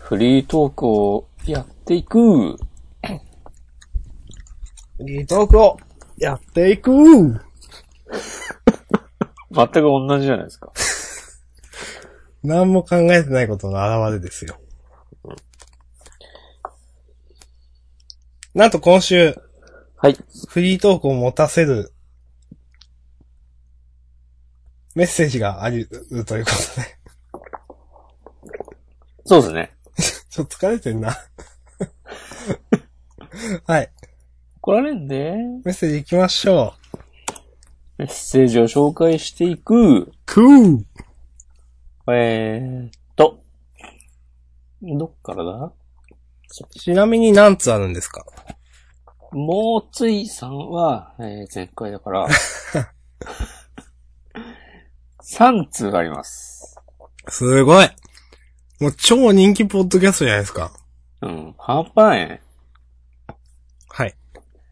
フリートークをやっていく。 フリートークをやっていく。 全く同じじゃないですか。 何も考えてないことの表れですよ。なんと今週、 はい。 フリートークを持たせるメッセージがあるということで。 そうですね。 ちょっと疲れてんな。はい。 怒られんで。 メッセージ行きましょメッセージを紹介していく。 クー。 どっからだ？ ちなみに何つあるんですか？ もうついさんは、前回だから、3通あります。 すごい。もう超人気ポッドキャストじゃないですか。 うん、半端ないね。 はい。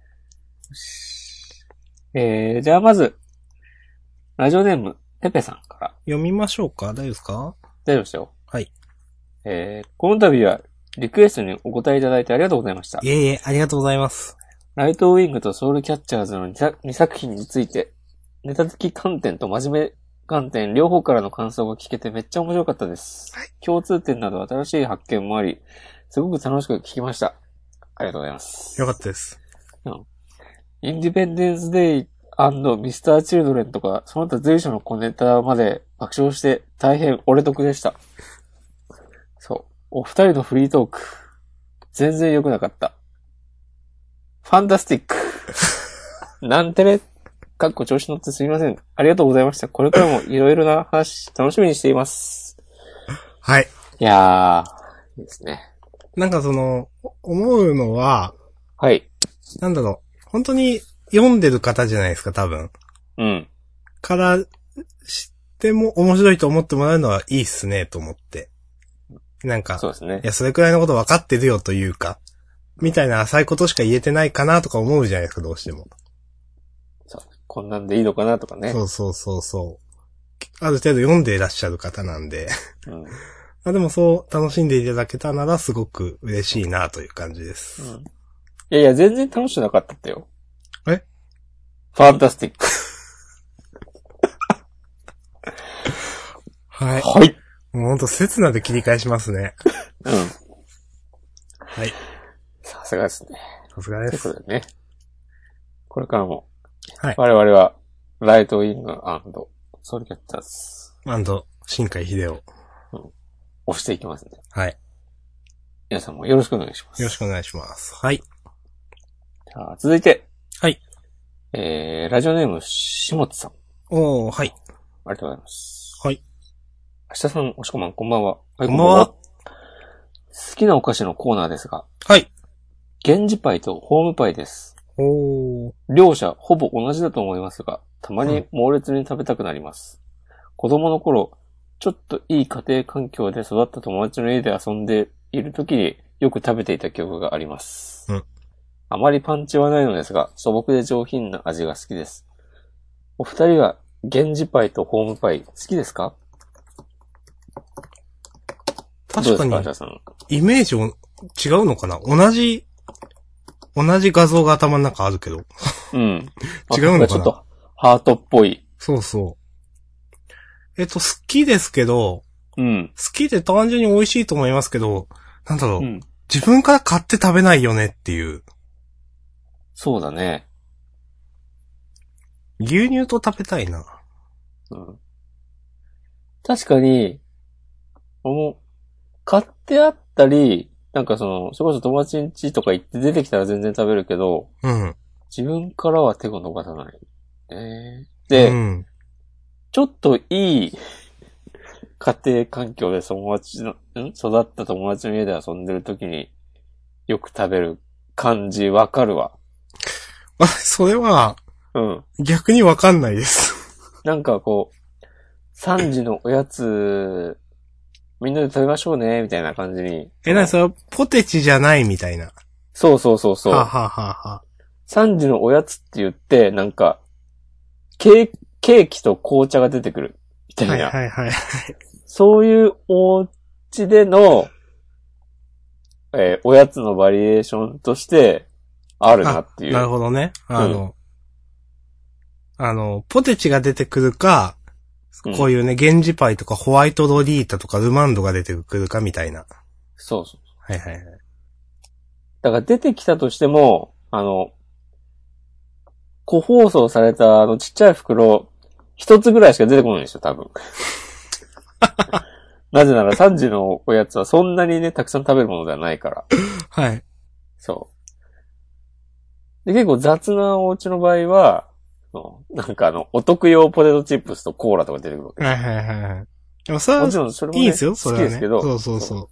じゃあまず、ラジオネーム、ペペさんから。 読みましょうか？大丈夫ですか？ 大丈夫ですよ。 はい。 この度は、リクエストにお答えいただいてありがとうございました。 いえいえ、ありがとうございます。 ライトウィングとソウルキャッチャーズの2作品について、ネタ的観点と真面目観点両方からの感想が聞けてめっちゃ面白かったです。 はい。 共通点など新しい発見もあり、すごく楽しく聞きました。ありがとうございます。 よかったです。 インディペンデンスデイ&ミスターチルドレンとか、その他随所の小ネタまで爆笑して大変俺得でした。そう。お二人のフリートーク、全然良くなかった。ファンタスティック。なんてね、かっこ調子乗ってすみません。ありがとうございました。これからもいろいろな話、楽しみにしています。 はい。 いやー、いいですね。 なんか思うのは、 はい。 なんだろう、本当に読んでる方じゃないですか、多分。 うん。 からしても面白いと思ってもらうのはいいっすね、と思って。なんか、 そうですね。 いや、それくらいのこと分かってるよというか、みたいな浅いことしか言えてないかなとか思うじゃないですか、どうしても。 そう。こんなんでいいのかなとかね。 そう。ある程度読んでいらっしゃる方なんで。 うん。 あ、でもそう楽しんでいただけたならすごく嬉しいなという感じです。 うん。いや、全然楽しくなかったってよ。 え？ ファンタスティック。 はい。 はい。 もうほんと切なで切り返しますね。 うん。 はい。 さすがですね。 さすがです。 ということでね。これからも、 はい。 我々は、ライトウィング&ソウルキャッチャーズ。 新海秀夫。 押していきますね。 はい。 皆さんもよろしくお願いします。 よろしくお願いします。はい。 じゃあ、続いて。 はい。 ラジオネーム、しもつさん。 おー、はい。 ありがとうございます。 はい。 明日さん、おしこまん、こんばんは。はい、 こんばんは。 好きなお菓子のコーナーですが。 はい。 源氏パイとホームパイです。 おー。 両者、ほぼ同じだと思いますが、たまに猛烈に食べたくなります。子供の頃、ちょっといい家庭環境で育った友達の家で遊んでいる時によく食べていた記憶があります。あまりパンチはないのですが、素朴で上品な味が好きです。お二人は、源氏パイとホームパイ、好きですか？ 確かに、 どうですか、 イメージ違うのかな？同じ画像が頭の中あるけど。 うん。 違うのかな？ ちょっと、ハートっぽい。 そうそう。好きですけど、 うん。 好きで単純に美味しいと思いますけど、なんだろう、 うん。 自分から買って食べないよねっていう。 そうだね。 牛乳と食べたいな。 うん。確かに、買ってあったり、なんかそれこそ友達ん家とか行って出てきたら全然食べるけど、 うん。 自分からは手を伸ばさない。で、 うん、 ちょっといい家庭環境で育った友達の家で遊んでる時によく食べる感じわかるわ。 それは、 うん。 逆にわかんないです。 なんか3時のおやつ、みんなで食べましょうね、みたいな感じに。 それはポテチじゃないみたいな。 そう。 ははは。 3時のおやつって言って、なんか、ケーキと紅茶が出てくる。みたいな。 はい。 そういうお家でのおやつのバリエーションとしてあるなっていう。 なるほどね。ポテチが出てくるか、こういうね、源氏パイとかホワイトロリータとかルマンドが出てくるかみたいな。 そうそう。 はいはいはい。 だから出てきたとしても、個包装されたちっちゃい袋、一つぐらいしか出てこないんですよ、多分。なぜなら3時のおやつはそんなにね、たくさん食べるものではないから。 はい。 そう。で、結構雑なお家の場合は、なんかお得用ポテトチップスとコーラとか出てくるわけです。 はいはいはいはい。でもそれは、 もちろんそれもね、 いいですよ、それはね。 好きですけど。 そうそうそう。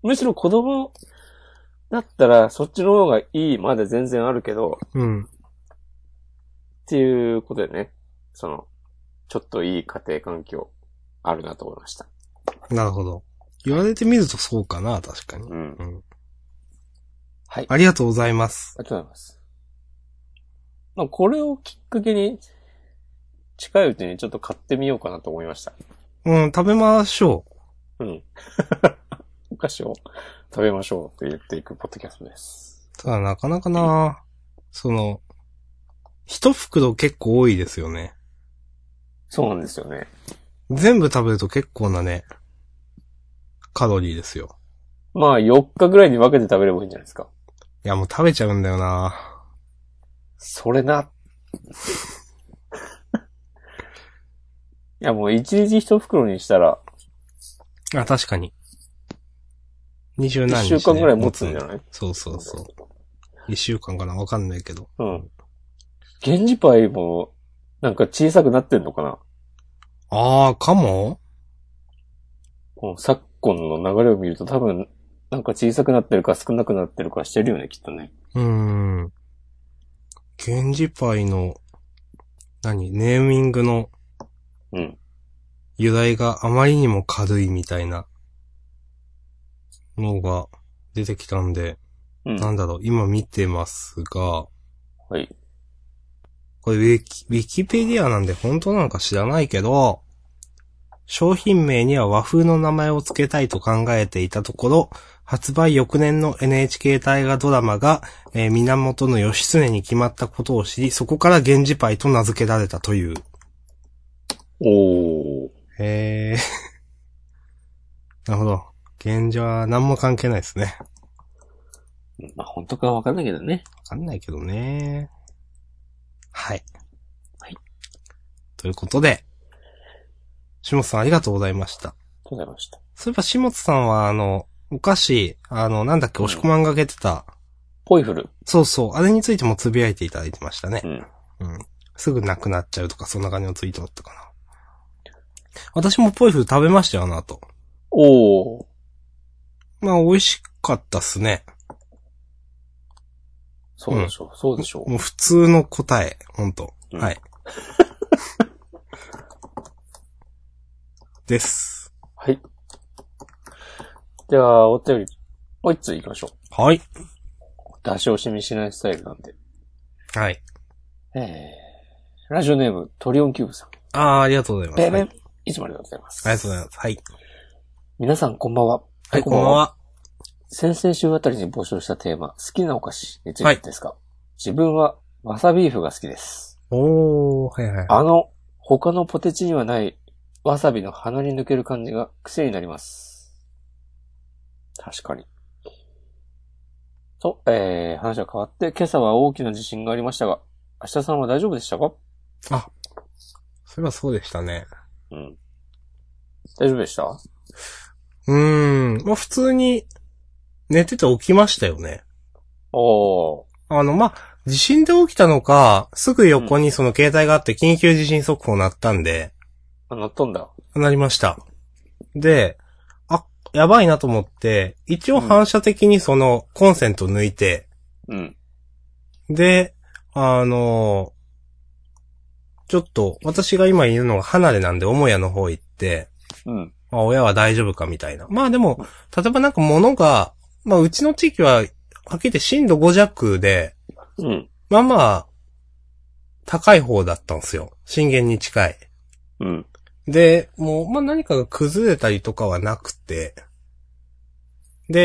むしろ子供だったらそっちの方がいいまで全然あるけど、 うん。 っていうことでね、ちょっといい家庭環境あるなと思いました。 なるほど。言われてみるとそうかな、確かに。 うん。はい。 ありがとうございます。 ありがとうございます。まあ、これをきっかけに、近いうちにちょっと買ってみようかなと思いました。 うん、食べましょう。うん。お菓子を食べましょうって言っていくポッドキャストです。 ただなかなかな、一袋結構多いですよね。 そうなんですよね。 全部食べると結構なね、カロリーですよ。 まあ4日ぐらいに分けて食べればいいんじゃないですか。 いやもう食べちゃうんだよな。 それな。いやもう1日1袋にしたら。 あ、確かに。20何日、 1週間ぐらい持つんじゃない？ そうそうそう。1週間かなわかんないけど。 うん。源氏パイも、なんか小さくなってんのかな？ ああ、かも？ 昨今の流れを見ると多分、なんか小さくなってるか少なくなってるかしてるよね、きっとね。 源氏パイの、ネーミングの、 うん。 由来があまりにも軽いみたいなのが出てきたんで、 うん、 なんだろう、今見てますが、 はい。 これウィキペディアなんで本当なのか知らないけど、商品名には和風の名前を付けたいと考えていたところ、発売翌年の NHK 大河ドラマが、源義経に決まったことを知り、そこから源氏パイと名付けられたという。 おー。 なるほど。源氏は何も関係ないですね。 まあ本当かわかんないけどね。 わかんないけどね。はい。 はい。 ということで、下津さんありがとうございました。 ありがとうございました。 そういえば下津さんはお菓子、なんだっけ、押し込まんがけてた。 ポイフル。 そうそう。あれについてもつぶやいていただいてましたね。 うん。 すぐなくなっちゃうとか、そんな感じのツイートだったかな。私もポイフル食べましたよ、あの後。 おー。 まあ、美味しかったっすね。 そうでしょう、そうでしょう。 もう普通の答え、ほんと。はい。です。 はい。じゃあ、お便り、もう一つ行きましょう。はい。 出し惜しみしないスタイルなんで。 はい。 ラジオネーム、トリオンキューブさん。 ありがとうございます。 はい、いつもありがとうございます。 ありがとうございます。はい。 皆さん、こんばんは。 はい、こんばんは。 先々週あたりに募集したテーマ、好きなお菓子についてですが、自分はわさビーフが好きです。 おー、はいはい。 他のポテチにはないわさびの鼻に抜ける感じが癖になります。確かに。と、話は変わって、今朝は大きな地震がありましたが、明日さんは大丈夫でしたか？ あ、それはそうでしたね。 うん。大丈夫でした？ まあ、普通に寝てて起きましたよね。 おー。 まあ、地震で起きたのか、すぐ横にその携帯があって緊急地震速報鳴ったんで。 鳴ったんだ。 鳴りました。で、やばいなと思って、一応反射的にそのコンセント抜いて、 うん。 で、ちょっと、私が今いるのが離れなんで、母屋の方行って、 うん。 まあ、親は大丈夫かみたいな。まあでも、例えばなんか物が、まあうちの地域は、はっきり言って震度5弱で、 うん。 まあまあ、高い方だったんですよ。震源に近い。 うん。 で、もう、まあ何かが崩れたりとかはなくて、で、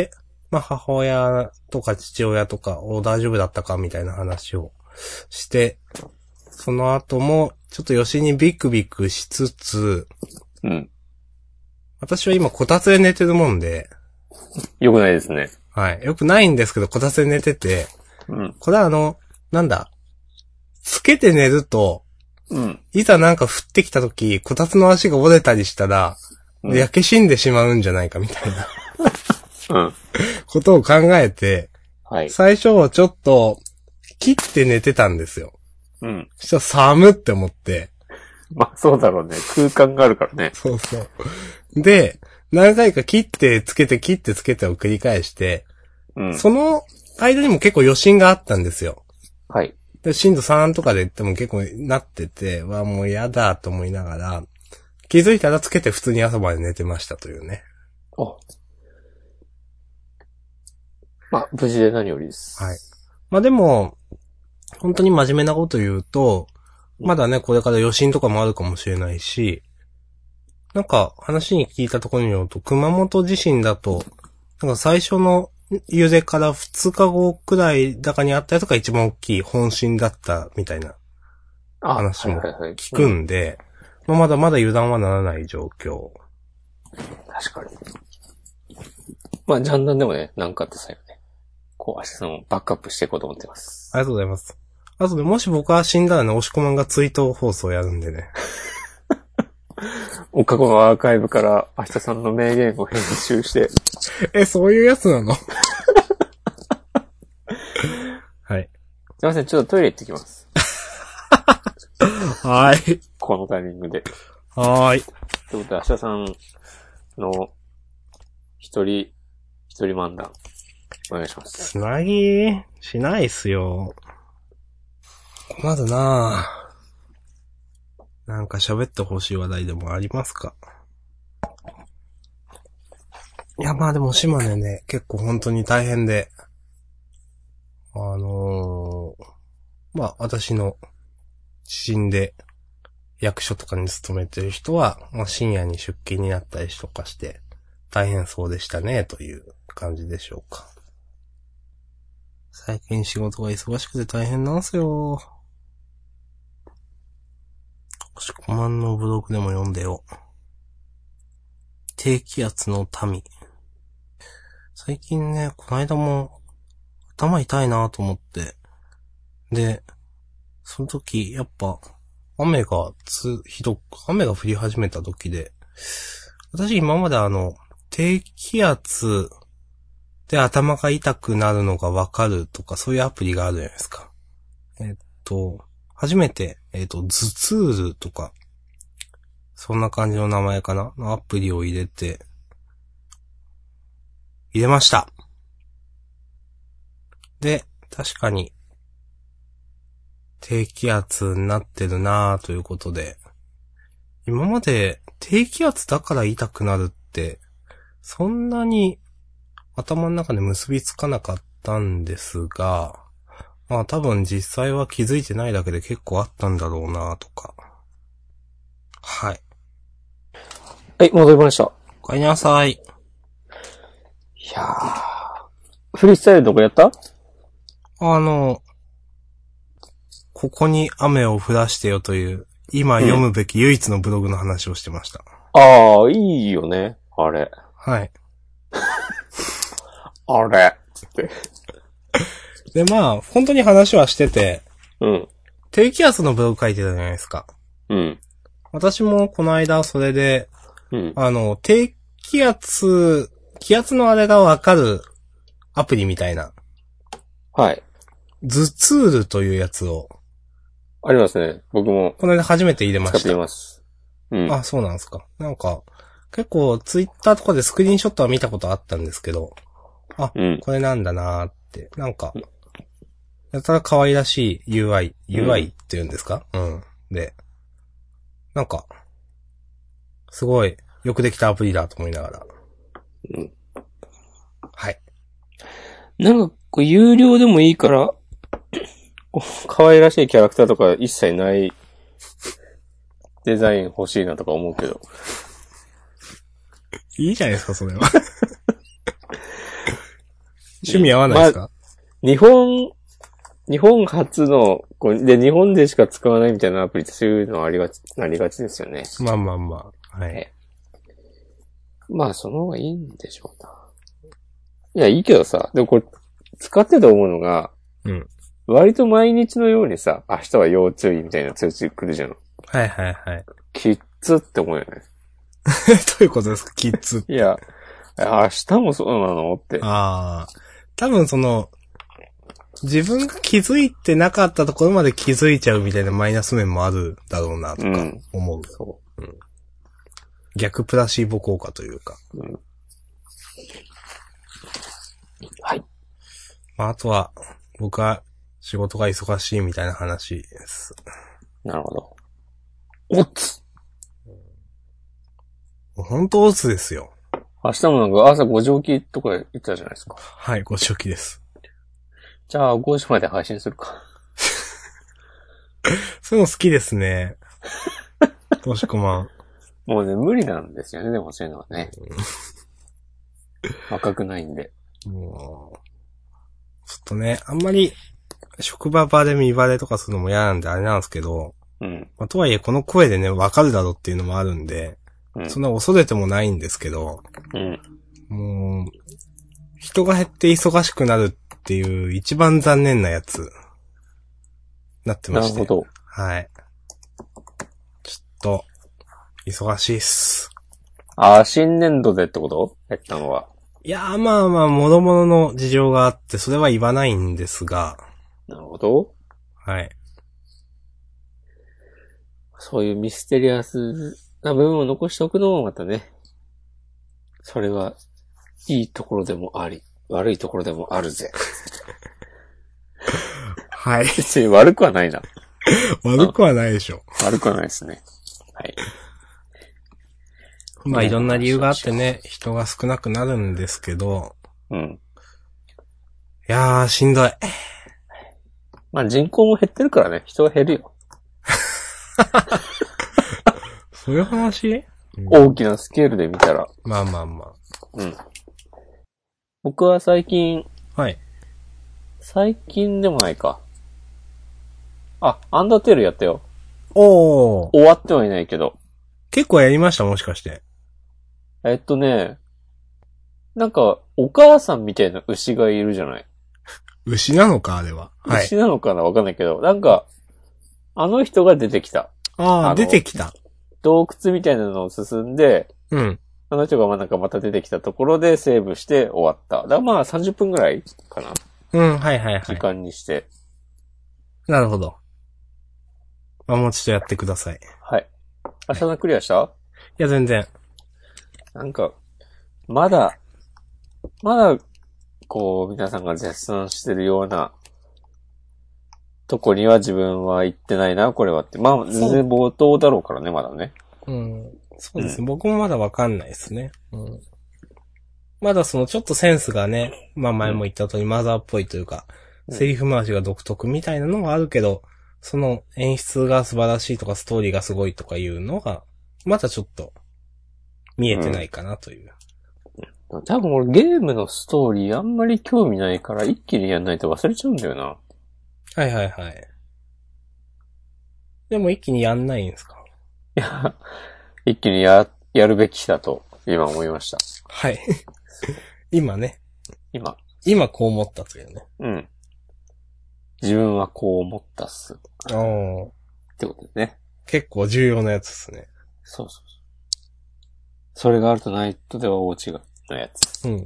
まあ母親とか父親とかを大丈夫だったかみたいな話をして、その後もちょっと余震にビクビクしつつ、 うん。 私は今こたつで寝てるもんで、 よくないですね。 はい。よくないんですけど、こたつで寝てて、 うん。 これはなんだ、つけて寝ると、 うん。 いざなんか降ってきた時、こたつの足が折れたりしたら、 うん、 焼け死んでしまうんじゃないかみたいなうん。 ことを考えて、 はい。 最初ちょっと切って寝てたんですよ。 うん。 そしたら寒って思って。 まあそうだろうね。空間があるからね。 そうそう。で、何回か切ってつけて切ってつけてを繰り返して、 うん。 その間にも結構余震があったんですよ。 はい。 で、震度3とかで言っても結構なってて、わ、もうやだと思いながら、気づいたらつけて普通に朝まで寝てましたというね。 お。まあ、無事で何よりです。 はい。まあでも、本当に真面目なこと言うと、まだね、これから余震とかもあるかもしれないし、なんか話に聞いたところによると、熊本地震だと、なんか最初の揺れから2日後くらいだかにあったやつが一番大きい本震だったみたいな話も聞くんで、まあまだまだ油断はならない状況。 確かに。まあ、ジャンダンでもね、なんかあってさよね。こう、明日さんをバックアップしていこうと思ってます。 ありがとうございます。あとでもし僕は死んだらね、押し込まんが追悼放送やるんでね。 過去のアーカイブから明日さんの名言を編集して。 そういうやつなのはい。 すいません、ちょっとトイレ行ってきます。 はい。 このタイミングで。 はい。 ということで、明日さんの一人漫談、お願いします。 つなぎしないっすよ。まずなんか喋ってほしい話題でもありますか？いや、まあでも島根ね、結構本当に大変で、まあ私の知人で役所とかに勤めてる人は、まあ深夜に出勤になったりとかして、大変そうでしたね、という感じでしょうか。最近仕事が忙しくて大変なんすよ。押し込まんのブログでも読んでよ。低気圧の民。最近ね、この間も頭痛いなと思って。で、その時、やっぱ、雨が降り始めた時で、私今まで低気圧で頭が痛くなるのがわかるとか、そういうアプリがあるじゃないですか。初めて、頭痛ルとか、そんな感じの名前かなのアプリを入れました。で、確かに、低気圧になってるなぁということで、今まで低気圧だから痛くなるって、そんなに頭の中で結びつかなかったんですが、まあ多分実際は気づいてないだけで結構あったんだろうなとか。はい。 はい、戻りました。 おかえりなさい。 いやー。フリースタイルどこやった？ ここに雨を降らしてよという、今読むべき唯一のブログの話をしてました。 ああ、いいよね。あれ。 はい。 あれ。つって。 で、まあ、本当に話はしてて、 うん。 低気圧のブログ書いてたじゃないですか。 うん。 私もこの間それで、 うん。 低気圧のあれがわかるアプリみたいな。 はい。 頭痛ルというやつを。 ありますね。僕も。 この間初めて入れました。 使っています。うん。 あ、そうなんですか。なんか、結構ツイッターとかでスクリーンショットは見たことあったんですけど、 うん、 これなんだなーって。なんか、やたら可愛らしい UI って言うんですか？うん。で、なんか、すごいよくできたアプリだと思いながら。 うん。 はい。 なんか、有料でもいいから、可愛らしいキャラクターとか一切ないデザイン欲しいなとか思うけど。 いいじゃないですか、それは。 趣味合わないですか？ 日本初の、日本でしか使わないみたいなアプリってそういうのありがちですよね。 まあまあまあ。はい。 まあ、その方がいいんでしょうな。いや、いいけどさ、でもこれ、使ってて思うのが、 うん。 割と毎日のようにさ、明日は要注意みたいな通知来るじゃん。 はいはいはい。 きっつって思うよね。 どういうことですか、キッズって。 いや、明日もそうなのって。 ああ。多分自分が気づいてなかったところまで気づいちゃうみたいなマイナス面もあるだろうなとか思う。 そう。 逆プラシーボ効果というか。 はい。 まあ、あとは、僕は仕事が忙しいみたいな話です。 なるほど。おつ本当オツですよ。 明日もなんか朝5時起きとか言ったじゃないですか。 はい、ご初期です。 じゃあ5時まで配信するか。 そういうの好きですね。としこまん。 もうね、無理なんですよね、でもそういうのはね。若くないんで。 もう、ちょっとね、あんまり、職場場で見バレとかするのも嫌なんであれなんですけど、まあ、とはいえこの声でね、わかるだろうっていうのもあるんで、そんな恐れてもないんですけど、もう、人が減って忙しくなるっていう一番残念なやつ、なってまして。 なるほど。 はい。ちょっと、忙しいっす。 新年度でってことやったのは。 いやーまあまあ、諸々の事情があって、それは言わないんですが。 なるほど。 はい。 そういうミステリアスな部分を残しておくのもまたね。それは、いいところでもあり、悪いところでもあるぜ。 はい。 別に悪くはないな。 悪くはないでしょ。 悪くはないですね。はい。 まあいろんな理由があってね、人が少なくなるんですけど。 うん。 いやー、しんどい。 まあ人口も減ってるからね、人が減るよ。 そういう話？ 大きなスケールで見たら。 まあまあまあ。 うん。僕は最近。 はい。 最近でもないか。アンダーテールやったよ。 おー。 終わってはいないけど。 結構やりましたもしかして。 なんか、お母さんみたいな牛がいるじゃない。 牛なのかあれは。 はい。牛なのかなわかんないけど、なんか、あの人が出てきた。 出てきた。 洞窟みたいなのを進んで、 うん。 あの人がなんかまた出てきたところでセーブして終わった。だからまあ30分ぐらいかな。 うん、はいはいはい。 時間にして。 なるほど。まあもうちょっとやってください。 はい。明日のクリアした？ いや、全然。 なんか、まだ、皆さんが絶賛してるような、とこには自分は行ってないな、これはって。まあ、全然冒頭だろうからね、まだね。 うん。そうですね。僕もまだわかんないですね。うん。まだちょっとセンスがね、まあ前も言った通りマザーっぽいというか、セリフ回しが独特みたいなのがあるけど、その演出が素晴らしいとかストーリーがすごいとかいうのが、まだちょっと見えてないかなという。 多分俺ゲームのストーリーあんまり興味ないから一気にやんないと忘れちゃうんだよな。 はいはいはい。でも一気にやんないんですか？ いや、一気にやるべきだと今思いました。 はい。今ね。 今こう思ったというね。 うん。自分はこう思ったっす。ってことでね。 結構重要なやつですね。 そう。それがあるとないとでは大違いのやつ。うん。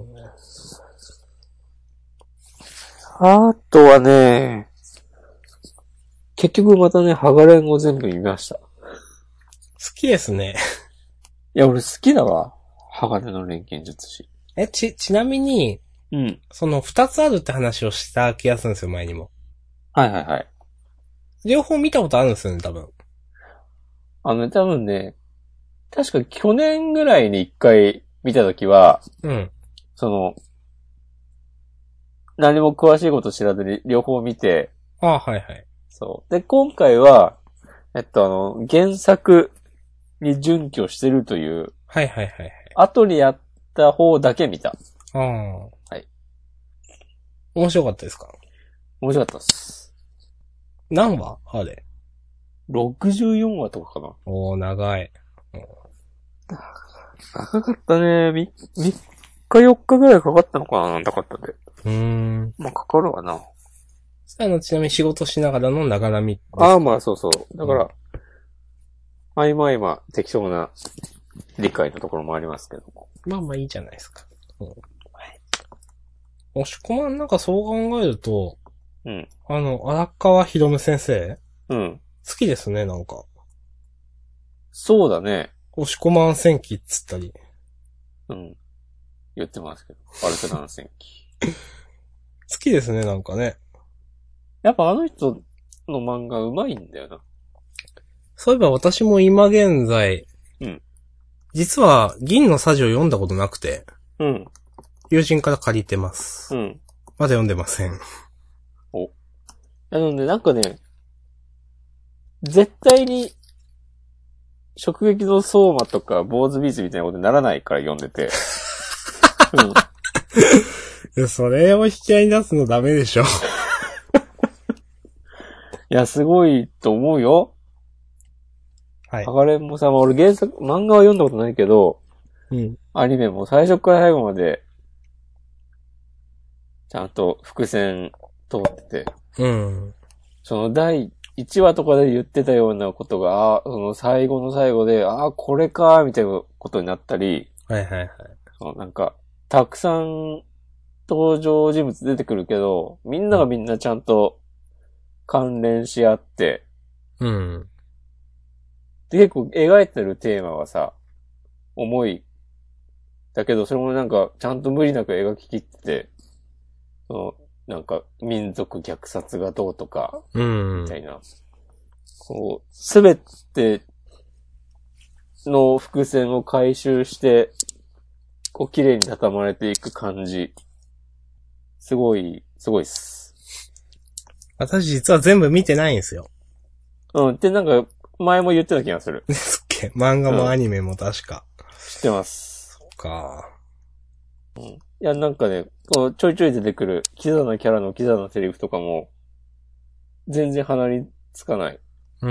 あとはね、結局またね、ハガレンを全部見ました。好きですね。 いや、俺好きだわ。鋼の錬金術師。 ちなみに、 うん。 二つあるって話をした気がするんですよ、前にも。 はいはいはい。 両方見たことあるんですよね、多分。 多分ね、確か去年ぐらいに一回見たときは、 うん。 何も詳しいこと知らずに両方見て、 はいはい。 そう。で、今回は、原作に準拠してるという、 はい。 後にやった方だけ見た。 はい。 面白かったですか？ 面白かったっす。 何話あれ。 64話とかかな。 おー、長い。 長かったね。3日4日ぐらいかかったのかな、なんだかったで。まあ、かかるわな。 ちなみに仕事しながらのながらみです。 ああ、まあそうそう。だから、合間合間適当な理解のところもありますけども。 まあまあいいじゃないですか。押し込まんなんかそう考えると、 うん。 荒川博夢先生うん。 好きですね、なんか。 そうだね。 押し込まん戦記っつったり。 うん。言ってますけど。アルテナン戦記。 好きですね、なんかね。 やっぱあの人の漫画上手いんだよな。 そういえば私も今現在、 うん。実実は銀のさじを読んだことなくて、 うん。 友人から借りてます。 うん。 まだ読んでません。 なので、なんかね、絶対に、直撃の相馬とか、坊主ビーズみたいなことにならないから読んでて。 いや、それを引き合いに出すのダメでしょ。 いや、すごいと思うよ。 はい。 ハガレンもさ、俺原作、漫画は読んだことないけど、 うん。 アニメも最初から最後まで、ちゃんと伏線通ってて、 うん。 その第1話とかで言ってたようなことが、その最後の最後で、これか、みたいなことになったり、 はいはいはい。 そのなんか、たくさん登場人物出てくるけど、みんながみんなちゃんと関連し合って、 うん。 で結構描いてるテーマはさ、重い。だけど、それもなんか、ちゃんと無理なく描き切ってて、その、なんか、民族虐殺がどうとか、 うん。 みたいな。こう、すべての伏線を回収して、こう、綺麗に畳まれていく感じ。すごいっす。 私実は全部見てないんですよ。 うん。で、なんか、前も言ってた気がする。 ですっけ？漫画もアニメも確か。 知ってます。 そっか。 うん。いや、なんかね、こうちょいちょい出てくる、キザなキャラのキザなセリフとかも、全然鼻につかない。 うん。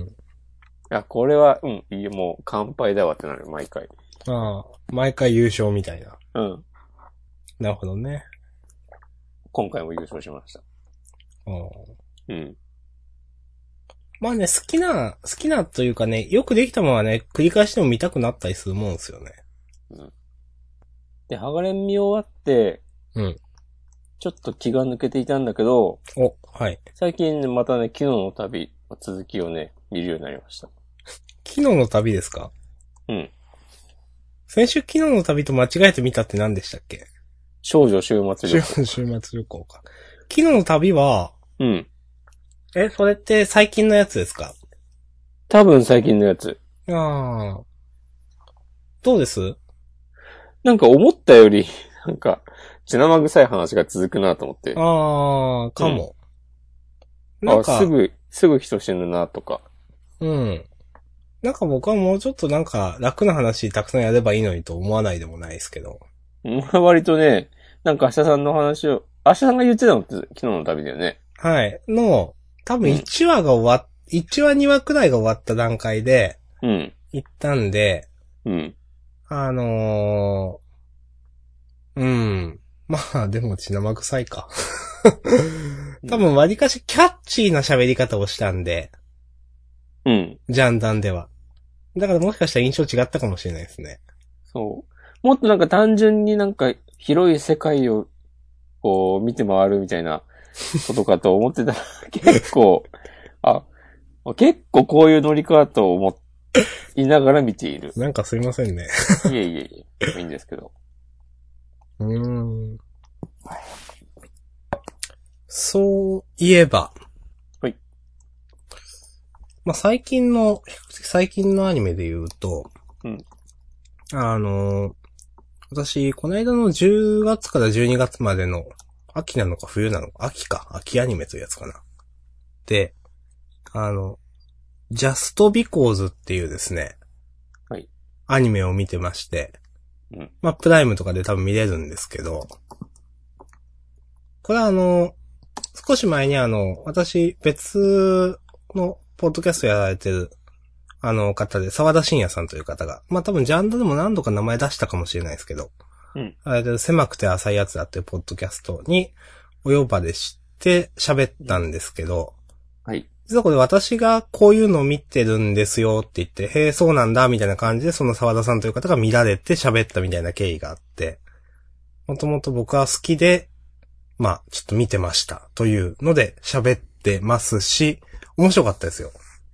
いや、これは、いいよ、もう、乾杯だわってなる、毎回。 ああ、毎回優勝みたいな。 うん。 なるほどね。 今回も優勝しました。 うん。 うん。 まあね、好きなというかね、よくできたものはね、繰り返しても見たくなったりするもんですよね。 うん。で、ハガレン見終わって、 うん。 ちょっと気が抜けていたんだけど、 はい。 最近ね、またね、昨日の旅、続きをね、見るようになりました。 昨日の旅ですか？ うん。 先週昨日の旅と間違えて見たって何でしたっけ？ 少女週末旅行。 週末旅行か。昨日の旅は、 うん。 それって最近のやつですか？ 多分最近のやつ。 ああ。どうです？ なんか思ったより、なんか、血生臭い話が続くなと思って。 ああ、かも。なんか、 すぐ人死ぬなとか。 うん。なんか僕はもうちょっとなんか楽な話たくさんやればいいのにと思わないでもないですけど。 割とね、なんか明日さんの話を、明日さんが言ってたのって昨日の旅だよね。 はい。多分1話が1話2話くらいが終わった段階で、 うん。 行ったんで、 うん。 うん。まあ、でも血生臭いか。多分割かしキャッチーな喋り方をしたんで、 うん。 ジャンダンでは。だからもしかしたら印象違ったかもしれないですね。 そう。もっとなんか単純になんか広い世界をこう見て回るみたいなことかと思ってたら結構こういう乗りかと思いながら見ている。 なんかすいませんね。 いえ。いいんですけど。 そういえば。 はい。 まあ、最近のアニメで言うと、 うん。 私、この間の10月から12月までの、秋なのか冬なのか、秋アニメというやつかな。で、ジャストビコーズっていうですね、 はい。 アニメを見てまして、 うん。 まあ、プライムとかで多分見れるんですけど、 これは少し前に私、別のポッドキャストやられてる、方で、沢田信也さんという方が、まあ、多分ジャンルでも何度か名前出したかもしれないですけど、 うん。 狭くて浅いやつだっていうポッドキャストに、お呼ばれして喋ったんですけど、 はい。 実はこれ私がこういうのを見てるんですよって言って、へえ、そうなんだ、みたいな感じで、その沢田さんという方が見られて喋ったみたいな経緯があって、もともと僕は好きで、まあ、ちょっと見てましたというので喋ってますし、面白かったですよ。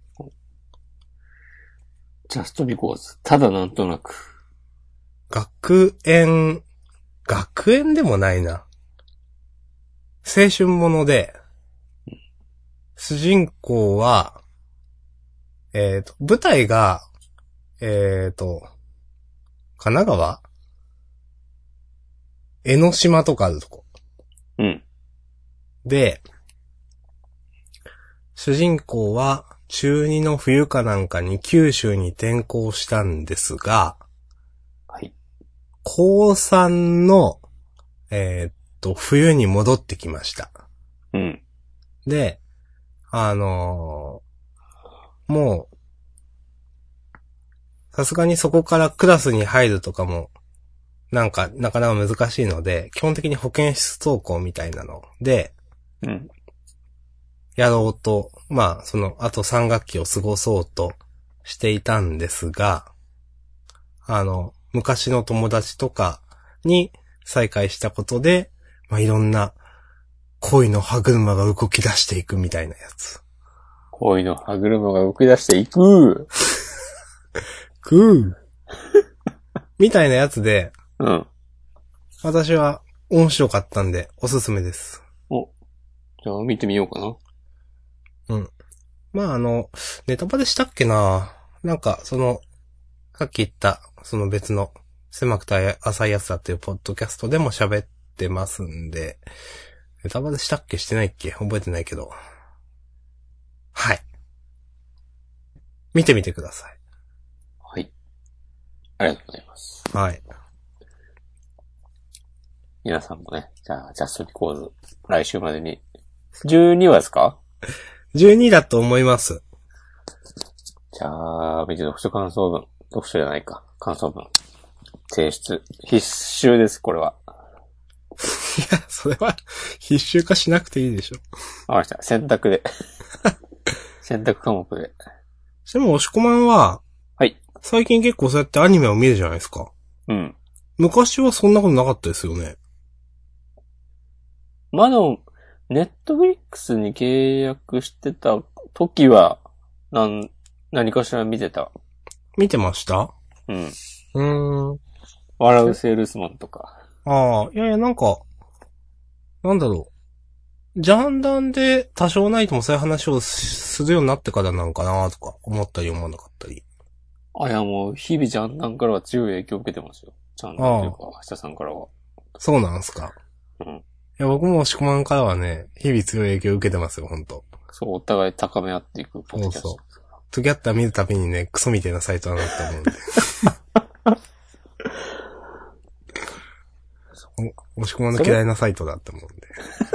ジャストビコーズ。ただなんとなく。 学園でもないな。青春もので、主人公は、舞台が、神奈川江ノ島とかあるとこ。 うん。 で、主人公は中2の冬かなんかに九州に転校したんですが、 はい。 高3の、冬に戻ってきました。 うん。 で、もう、さすがにそこからクラスに入るとかも、なかなか難しいので、基本的に保健室登校みたいなので、 うん。 やろうと、まあ、あと3学期を過ごそうとしていたんですが、昔の友達とかに再会したことで、まあ、いろんな恋の歯車が動き出していくみたいなやつ。 恋の歯車が動き出していく。 みたいなやつで、 うん。 私は面白かったんでおすすめです。 お。じゃあ見てみようかな。 うん。まあネタバレしたっけな、なんかさっき言った、その別の狭くて浅いやつだっていうポッドキャストでも喋ってますんで、ネタバレしたっけしてないっけ覚えてないけど。はい。見てみてください。 はい。ありがとうございます。 はい。 皆さんもね、じゃあ、ジャストビコーズ、来週までに。12話ですか？ 12だと思います。 じゃあ、読書感想文。読書じゃないか。感想文。提出。必修です、これは。 いや、それは必修化しなくていいでしょ。 わかりました。選択で。選択科目で。 でも、押し込まんは、 はい。 最近結構そうやってアニメを見るじゃないですか。 うん。 昔はそんなことなかったですよね。 まだ、ネットフリックスに契約してた時は、何かしら見てた。 見てました？ うん。笑うセールスマンとか。 ああ、いや、なんか、なんだろう。ジャンダンで多少ないともそういう話をするようになってからなんかなとか思ったり思わなかったり。 いやもう、日々ジャンダンからは強い影響を受けてますよ。ジャンダンというか、明日さんからは。 そうなんすか。 うん。 いや、僕も押し込まんからはね、日々強い影響を受けてますよ、ほんと。 そう、お互い高め合っていくポッドキャスト。 そうそう。トゥギャッター見るたびにね、クソみたいなサイトだなって思うんで。押し込まんの嫌いなサイトだって思うんで。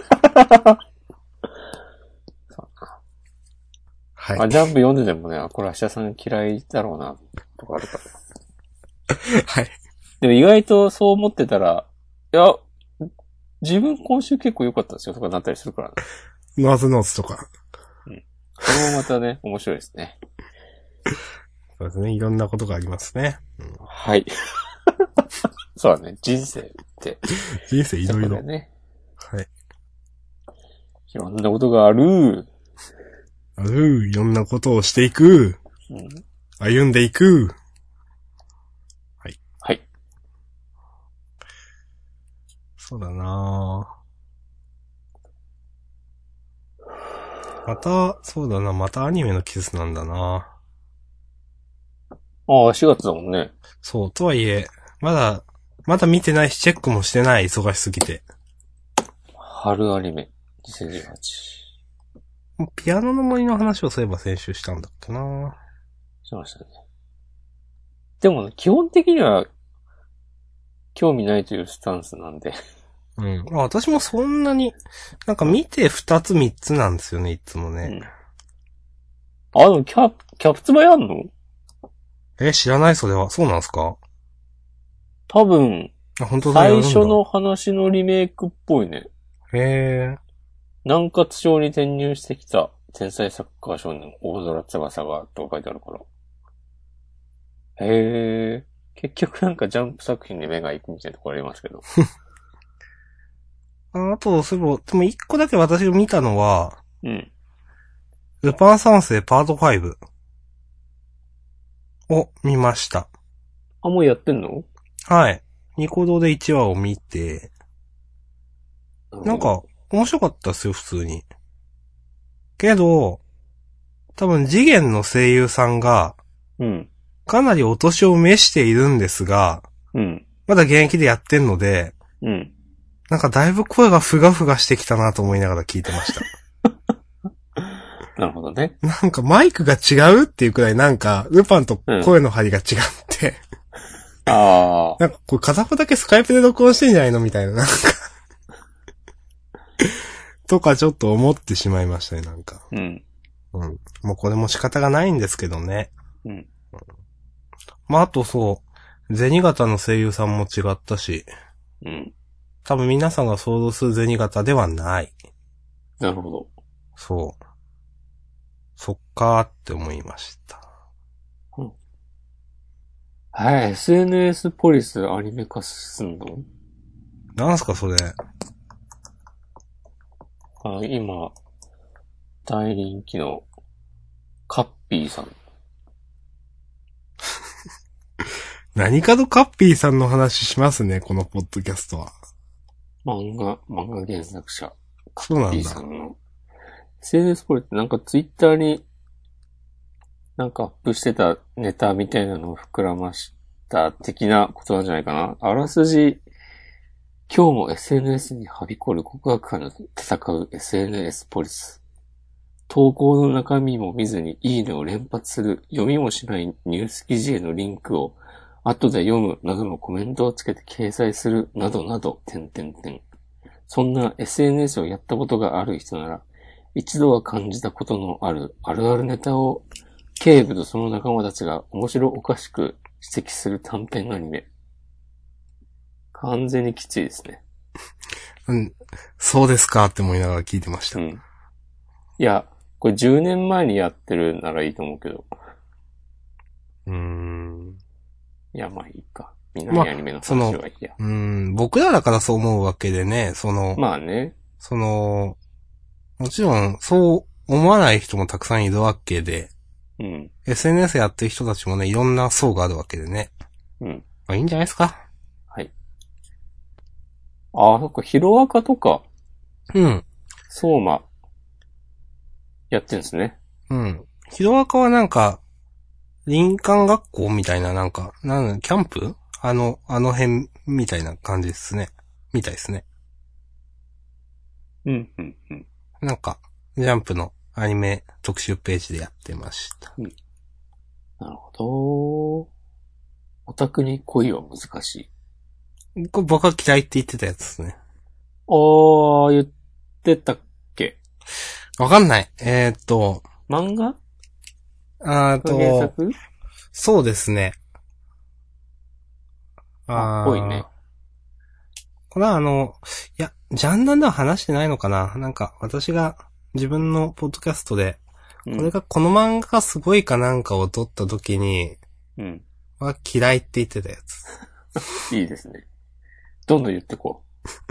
はい。 ジャンプ読んでてもね、これ明日さん嫌いだろうな、とかあるから。 はい。 でも意外とそう思ってたら、いや、自分今週結構良かったですよとかなったりするからね。 ノーズノーツとか。 うん。これもまたね、面白いですね。 そうですね。いろんなことがありますね。うん、 はい。そうだね。人生って。 人生いろいろ。 ね。 はい。 いろんなことがある。 いろんなことをしていく。 うん、 歩んでいく。はい。 はい。 そうだなそうだな、またアニメの季節なんだな 4月だもんね。 そう、とはいえ、まだ見てないし、チェックもしてない、忙しすぎて。 春アニメ、2018。 ピアノの森の話をそういえば先週したんだっけなしましたね。でも、ね、基本的には、興味ないというスタンスなんで。 うん。私もそんなに、なんか見て2つ3つなんですよね、いつもね。 でもキャプツバやんの？ 知らないそれは。そうなんですか？ 多分、 本当だ、やるんだ。 最初の話のリメイクっぽいね。 へえ。 南葛町に転入してきた天才サッカー少年、大空翼が、と書いてあるから。へえ。結局なんかジャンプ作品に目が行くみたいなところありますけど。 あと、そういえば、でも1個だけ私が見たのは、 うん。 ルパン三世パート5を見ました。 もうやってんの？ はい。ニコ動で1話を見て、なんか、面白かったっすよ、普通に。けど、多分次元の声優さんが、 うん。 かなりお年を召しているんですが、 うん。 まだ現役でやってんので、 うん。 なんかだいぶ声がふがふがしてきたなと思いながら聞いてました。 なるほどね。 なんかマイクが違うっていうくらいなんか、ルパンと声の張りが違って、 ああ。 なんかこれ片方だけスカイプで録音してんじゃないのみたいな、なんかとかちょっと思ってしまいましたね、なんか。 うん。 うん。もうこれも仕方がないんですけどね。 うん。 まあ、あとそう、銭形の声優さんも違ったし、 うん。 多分皆さんが想像する銭形ではない。 なるほど。 そう。そっかーって思いました。 うん。はい、SNS ポリスアニメ化すんの？ なんすかそれ。 今、大人気のカッピーさん。 何かとカッピーさんの話しますね、このポッドキャストは。 漫画原作者。カそうなんだ。 ッピーさんの。SNS ポリスってなんかツイッターになんかアップしてたネタみたいなのを膨らました的なことなんじゃないかな。あらすじ、今日も SNS にはびこる告白犯と戦う SNS ポリス。投稿の中身も見ずにいいねを連発する、読みもしないニュース記事へのリンクを後で読むなどのコメントをつけて掲載するなどなど、そんな SNS をやったことがある人なら、一度は感じたことのあるあるあるネタを警部とその仲間たちが面白おかしく指摘する短編アニメ。完全にきついですね。 うん。そうですかって思いながら聞いてました。 うん。いや、これ10年前にやってるならいいと思うけど。いや、まあいいか。みんなにアニメの話はいいや。 僕らだからそう思うわけでね、 まあね。 もちろん、そう思わない人もたくさんいるわけで、 うん。 SNS やってる人たちもね、いろんな層があるわけでね。 うん。 まあいいんじゃないですか。 はい。そっか、ヒロアカとか、 うん。 相馬、やってんですね。 うん。ヒロアカはなんか、林間学校みたいなキャンプあの辺みたいな感じですね。みたいですね。 うん。 なんか、ジャンプのアニメ特集ページでやってました。 うん。なるほど。オタクに恋は難しい。 これ僕は嫌いって言ってたやつですね。 言ってたっけ？ わかんない。 漫画？ 原作？ そうですね。 ぽいね。 これはいや、ジャンダンでは話してないのかな？なんか、私が自分のポッドキャストで、これがこの漫画がすごいかなんかを撮った時に、 うん。 は嫌いって言ってたやつ。いいですね。どんどん言ってこ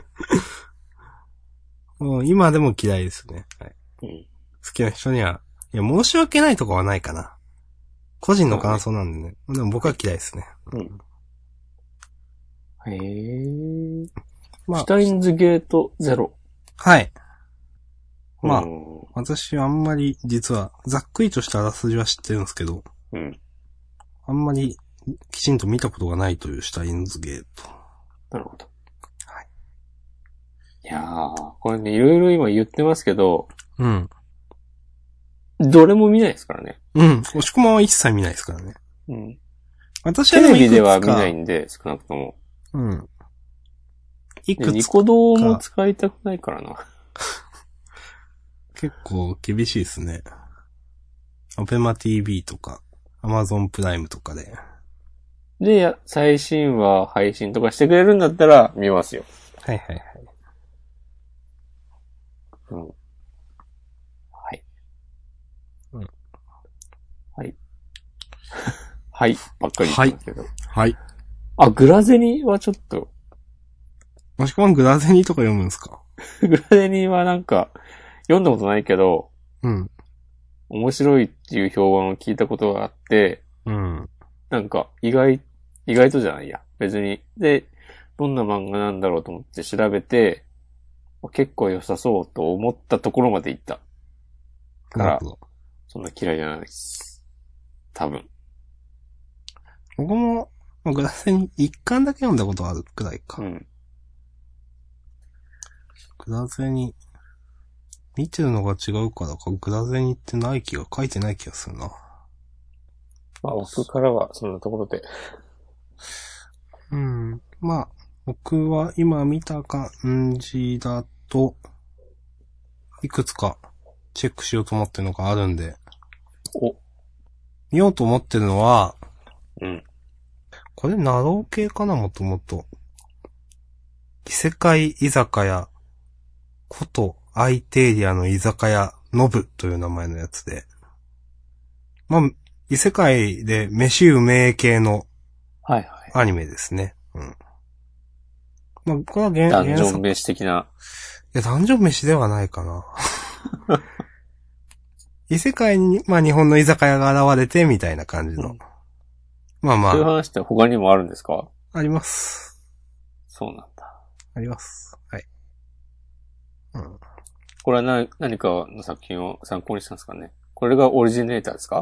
う。もう今でも嫌いですね。はい。 うん。 好きな人には、いや、申し訳ないとかはないかな。個人の感想なんでね。でも僕は嫌いですね。 うん。へー。 まあ、 シュタインズゲートゼロ。 はい。まあ、私はあんまり、実は、ざっくりとしたあらすじは知ってるんですけど、 うん。 あんまり、きちんと見たことがないというシュタインズゲート。 なるほど。 はい。 いやー、これね、いろいろ今言ってますけど、 うん。 どれも見ないですからね。 うん。押し込まは一切見ないですからね。 うん。 私はテレビでは見ないんで、少なくとも。 うん。 いくつか。 ニコ動も使いたくないからな。 結構厳しいですね。アベマ TV とか、アマゾンプライムとかで。 で、最新話配信とかしてくれるんだったら見ますよ。 はいはいはい。 うん。はい。 うん。 はい。はい。ばっかり言ってますけど。 はい。 あ、グラゼニはちょっと。 もしくはグラゼニとか読むんですか？ グラゼニはなんか、読んだことないけど、 うん。 面白いっていう評判を聞いたことがあって、 うん。 なんか、意外とじゃないや。別に。で、どんな漫画なんだろうと思って調べて、結構良さそうと思ったところまで行った。から、そんな嫌いじゃないです。多分。 僕も、グラゼニ一巻だけ読んだことあるくらいか。 うん。 グラゼニ、見てるのが違うからか、グラゼニって書いてない気がするな。 まあ僕からはそんなところで。 うん。まあ、僕は今見た感じだと、いくつかチェックしようと思ってるのがあるんで。見ようと思ってるのは、 うん。 これナロー系かな、もともと。異世界居酒屋、ことアイテーリアの居酒屋、ノブという名前のやつで。まあ、異世界で飯うめえ系のはいはい。 アニメですね。うん。まあ、これはダンジョン飯的な。 いや、ダンジョン飯ではないかな。異世界に、まあ日本の居酒屋が現れて、みたいな感じの。まあまあ。 そういう話って他にもあるんですか？ あります。 そうなんだ。 あります。はい。うん。 これは何かの作品を参考にしたんですかね？これがオリジネーターですか？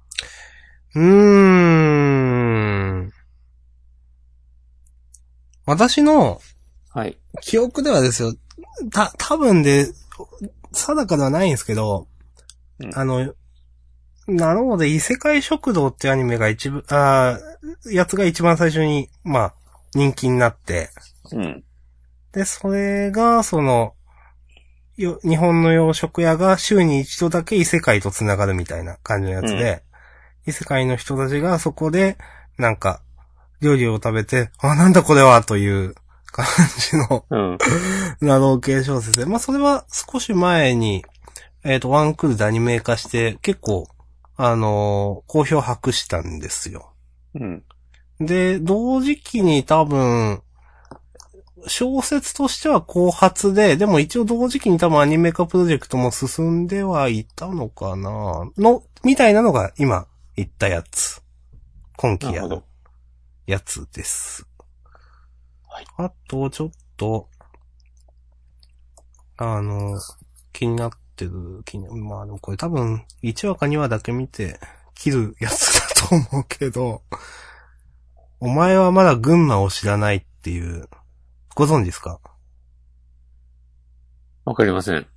私の、 はい。 記憶ではですよ、多分で、定かではないんですけど、 うん、 なるほど、異世界食堂ってアニメがやつが一番最初に、まあ、人気になって、 うん。 で、それが、日本の洋食屋が週に一度だけ異世界と繋がるみたいな感じのやつで、異世界の人たちがそこで、なんか、料理を食べて、あ、なんだこれはという感じの、ナロー系小説で、まあ、それは少し前に、ワンクールでアニメ化して、結構、好評博したんですよ。 うん。 で、同時期に多分、小説としては後発で、でも一応同時期に多分アニメ化プロジェクトも進んではいたのかなみたいなのが今言ったやつ。今期やるやつです。はい。あと、ちょっと、気になってる、まあでもこれ多分1話か2話だけ見て切るやつだと思うけど、お前はまだ群馬を知らないっていう、ご存知ですか？ わかりません。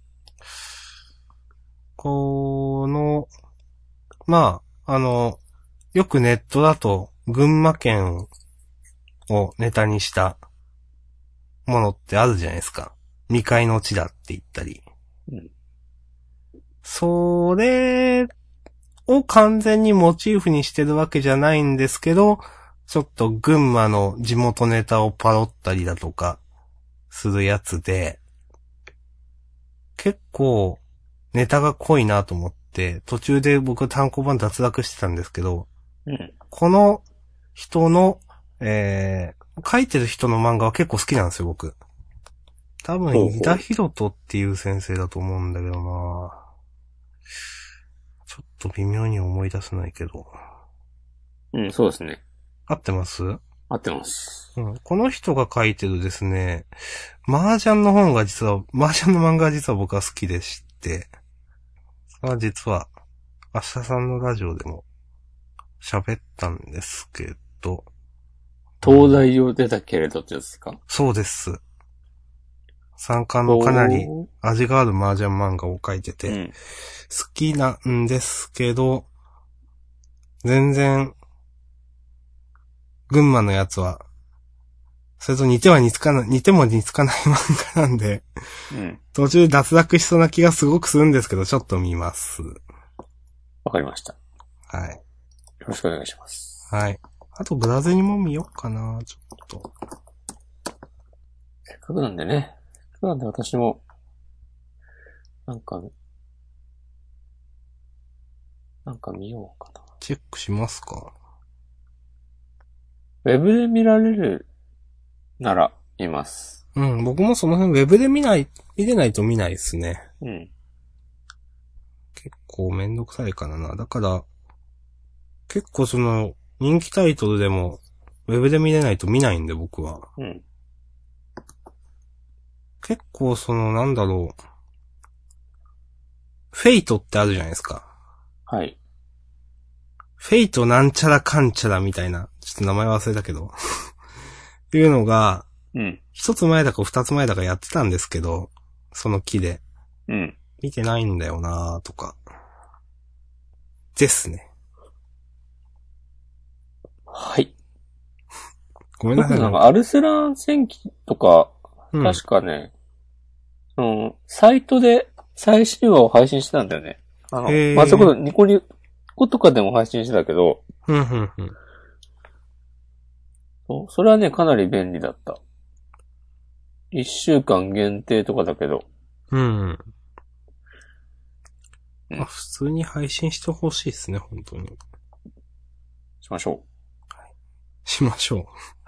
まあ、よくネットだと群馬県をネタにしたものってあるじゃないですか。未開の地だって言ったり。 うん、 それを完全にモチーフにしてるわけじゃないんですけど、ちょっと群馬の地元ネタをパロったりだとかするやつで、結構ネタが濃いなと思って、途中で僕単行本脱落してたんですけど、この人の、書いてる人の漫画は結構好きなんですよ、僕。多分、井田博人っていう先生だと思うんだけどな。ちょっと微妙に思い出せないけど。 うん、そうですね。 合ってます？ 合ってます。 うん。この人が書いてるですね、麻雀の漫画が実は僕は好きでして、それは実は、明日さんのラジオでも喋ったんですけど。 東大を出たけれどってやつですか？ そうです。三冠のかなり味がある麻雀漫画を書いてて、好きなんですけど、全然、群馬のやつは、 それと似ても似つかない漫画なんで、 うん。 途中で脱落しそうな気がすごくするんですけど、ちょっと見ます。 わかりました。 はい。 よろしくお願いします。 はい。あと、ブラゼニも見よっかな、ちょっと。 せっかくなんでね。せっかくなんで私も、なんか見ようかな。 チェックしますか？ ウェブで見られるなら、見ます。 うん、僕もその辺ウェブで見れないと見ないですね。 うん。 結構めんどくさいからな。だから、結構その、人気タイトルでも、ウェブで見れないと見ないんで、僕は。 うん。 結構その、なんだろう。フェイトってあるじゃないですか。 はい。 フェイトなんちゃらかんちゃらみたいな、ちょっと名前忘れたけど。っていうのが、 うん。 一つ前だか二つ前だかやってたんですけど、その木で。 うん。 見てないんだよなとか。ですね。 はい。 ごめんなさい。 なんかアルスラン戦記とか、 うん、 確かね、サイトで最新話を配信してたんだよね。それこそニコニコとかでも配信してたけど、それはね、かなり便利だった。一週間限定とかだけど。 うん。まあ、普通に配信してほしいですね、本当に。 しましょう。はい、しましょう。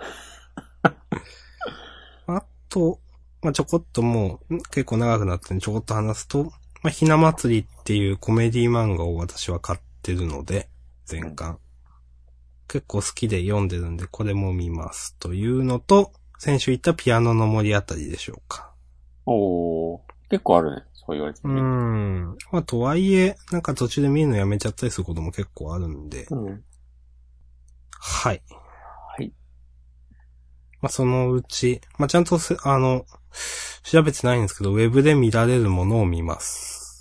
あと、まあ、ちょこっともう、結構長くなってちょこっと話すと、まあ、ひな祭りっていうコメディ漫画を私は買ってるので、全巻。結構好きで読んでるんで、これも見ますというのと、先週言ったピアノの森あたりでしょうか。 おー、結構あるね。そう言われてみる。 まあ、とはいえ、なんか途中で見るのやめちゃったりすることも結構あるんで。 うん。 はい。 はい。 まあ、そのうち、まあ、ちゃんと調べてないんですけど、ウェブで見られるものを見ます。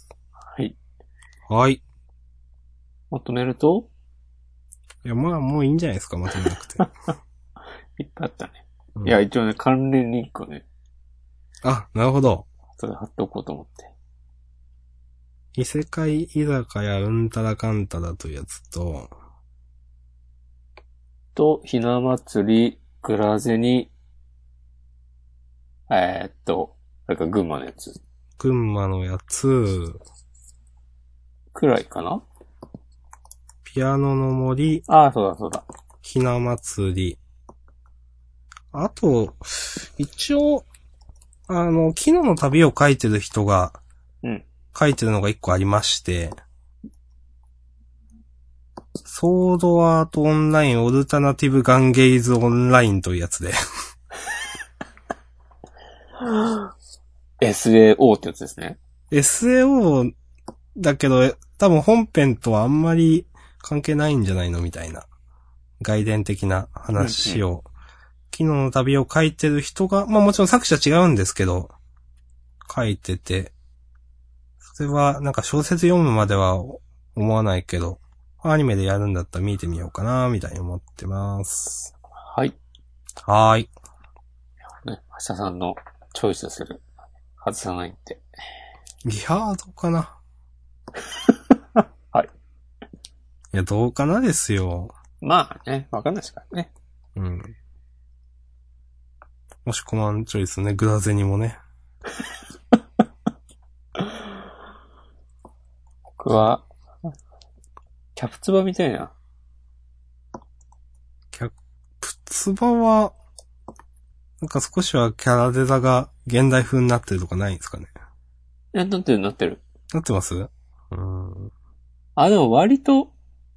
はい。 はい。 まとめると？ いや、まあ、もういいんじゃないですか、まとめなくて。 いっぱいあったね。 うん、 いや、一応ね、関連リンクをね。 あ、なるほど。 それ貼っておこうと思って。 異世界居酒屋うんたらかんたらというやつひな祭り、グラゼニ、あれか群馬のやつ。 群馬のやつ、 くらいかな？ ピアノの森、 ああ、そうだそうだ。 ひな祭り。あと、一応、昨日の旅を書いてる人が、書いてるのが一個ありまして、ソードアートオンラインオルタナティブガンゲイズオンラインというやつで。 SAO ってやつですね。 SAO だけど、多分本編とはあんまり関係ないんじゃないのみたいな。外伝的な話を。昨日の旅を書いてる人が、まあもちろん作者違うんですけど、書いてて、それはなんか小説読むまでは思わないけど、アニメでやるんだったら見てみようかな、みたいに思ってます。 はい。 はーい。 ね、橋田さんのチョイスする。外さないって。 いやー、どうかな。 はい。 いや、どうかなですよ。 まあね、わかんないですからね。 うん。もしコマンチョイスね、グラゼニもね。 僕は、キャプツバみたいな。 キャプツバは、なんか少しはキャラデザが現代風になってるとかないんですかね。 なってる。なってます？ あ、でも割と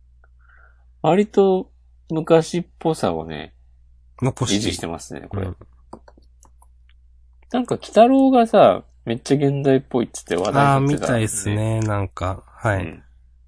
昔っぽさをね、維持してますね、これ。なんか、鬼太郎がさ、めっちゃ現代っぽいっつって話題になってた、ね。 みたいですね、なんか、はい。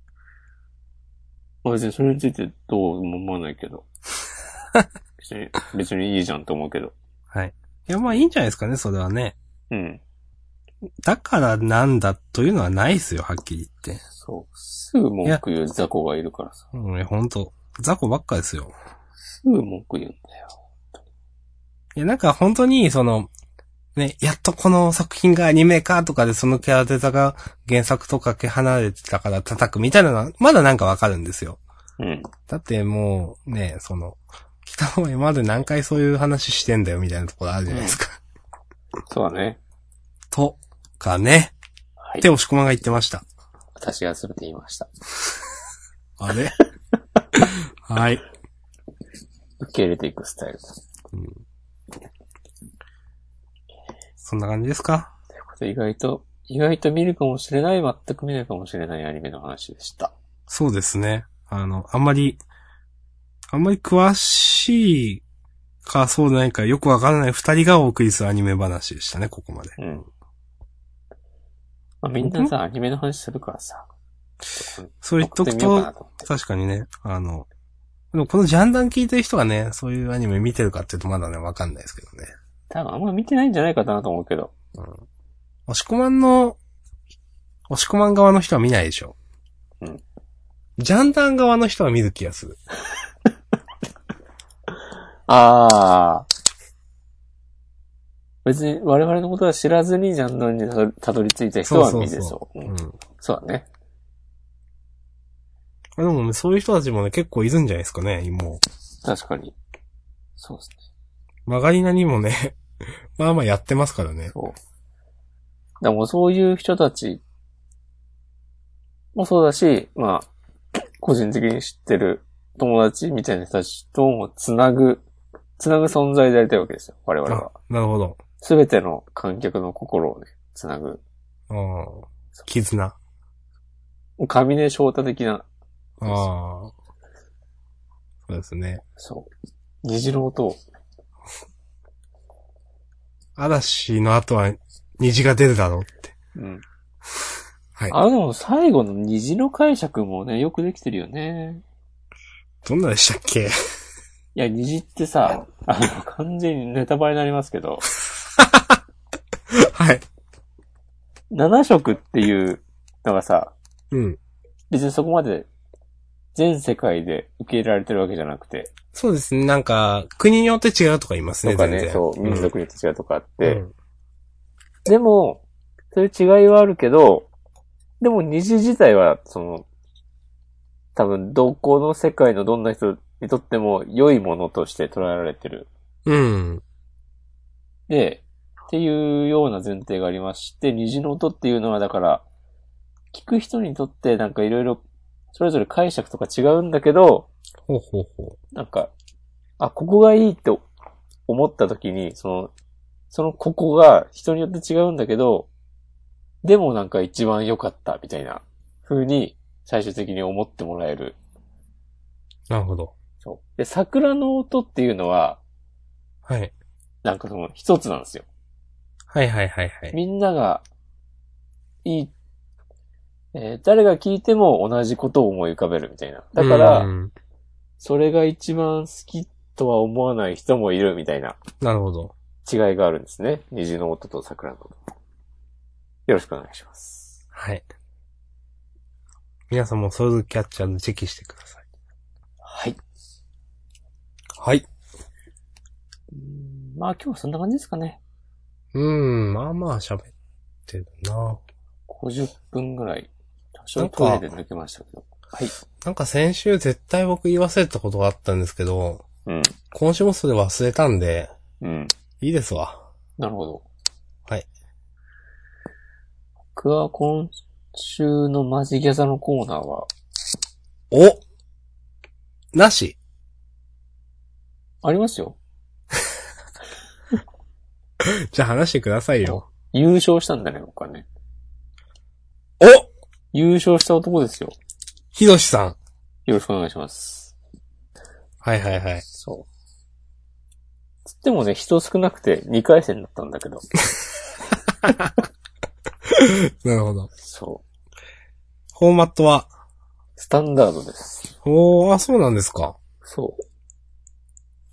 別にそれについてどうも思わないけど。別にいいじゃんと思うけど。 はい。いや、まあいいんじゃないですかね、それはね。 うん。 だからなんだというのはないですよ、はっきり言って。 そう。すぐ文句言う雑魚がいるからさ。 ほんと。雑魚ばっかですよ。 すぐ文句言うんだよ。 いや、なんか本当に、ね、やっとこの作品がアニメ化とかでそのキャラデザが原作とかけ離れてたから叩くみたいなのは、まだなんかわかるんですよ。 うん。 だってもう、ね、北の今まで何回そういう話してんだよみたいなところあるじゃないですか。 そうだね。 とかね。 はい。 って押し込まが言ってました。 私が全て言いました。 あれはい。 受け入れていくスタイル。 うん、そんな感じですか？ ということで意外と見るかもしれない、全く見ないかもしれないアニメの話でした。 そうですね。あんまり詳しいかそうでないかよくわからない二人がお送りするアニメ話でしたね、ここまで。 うん。まあ、みんなさ、アニメの話するからさ。 そう言っとくと、確かにね、でもこのジャンダン聞いてる人がね、そういうアニメ見てるかっていうとまだね、わかんないですけどね。 多分あんま見てないんじゃないかなと思うけど。 うん。押し込まん側の人は見ないでしょ。 うん。 ジャンダン側の人は見る気がする。 ああ。別に我々のことは知らずにジャンダンにたどり着いた人は見てそう。うん。そうだね。 でもね、そういう人たちもね、結構いるんじゃないですかね、もう。 確かに。そうですね。 曲がりなにもね、まあまあやってますからね。 そう。でもそういう人たちもそうだし、まあ、個人的に知ってる友達みたいな人たちともつなぐ存在でありたいわけですよ、我々は。 なるほど。 すべての観客の心をね、つなぐ。 絆。 上根翔太的な。 ああ。そうですね。 そう。虹の音を。 嵐の後は虹が出るだろうって。 うん。 はい。 でも最後の虹の解釈もね、よくできてるよね。 どんなでしたっけ？ いや、虹ってさ、完全にネタバレになりますけど。 はい。 7色っていうのがさ、 うん。 別にそこまで全世界で受け入れられてるわけじゃなくて。 そうですね。なんか、国によって違うとか言いますね、 とかね、 全然。 そう、民族によって違うとかあって。 うん、 でも、そういう違いはあるけど、でも虹自体は、多分、どこの世界のどんな人にとっても良いものとして捉えられてる。 うん。 で、っていうような前提がありまして、虹の音っていうのはだから、聞く人にとってなんかいろいろ、それぞれ解釈とか違うんだけど、 ほうほうほう。なんか、ここがいいって思った時に、そのここが人によって違うんだけど、でもなんか一番良かったみたいな風に最終的に思ってもらえる。 なるほど。 そう。で、桜の音っていうのは、 はい。 なんか一つなんですよ。 はいはいはいはい。 みんながいい、誰が聞いても同じことを思い浮かべるみたいな。だから、それが一番好きとは思わない人もいるみたいな。 なるほど。 違いがあるんですね。虹の音と桜の音。よろしくお願いします。 はい。皆さんもソウルキャッチャーのチェキしてください。 はい。 はい。 まあ今日はそんな感じですかね。 まあまあ喋ってるな。 50分ぐらい。多少トイレで抜けましたけど。はい。 なんか先週絶対僕言い忘れたことがあったんですけど、今週もそれ忘れたんで、いいですわ。 なるほど。 はい。 僕は今週のマジギャザのコーナーは、 なしありますよ。 じゃあ話してくださいよ。 優勝したんだね、僕はね。優勝した男ですよ。 ひろしさん。 よろしくお願いします。 はいはいはい。 そう。つってもね、人少なくて2回戦だったんだけど。 なるほど。 そう。 フォーマットはスタンダードです。 そうなんですか。 そう。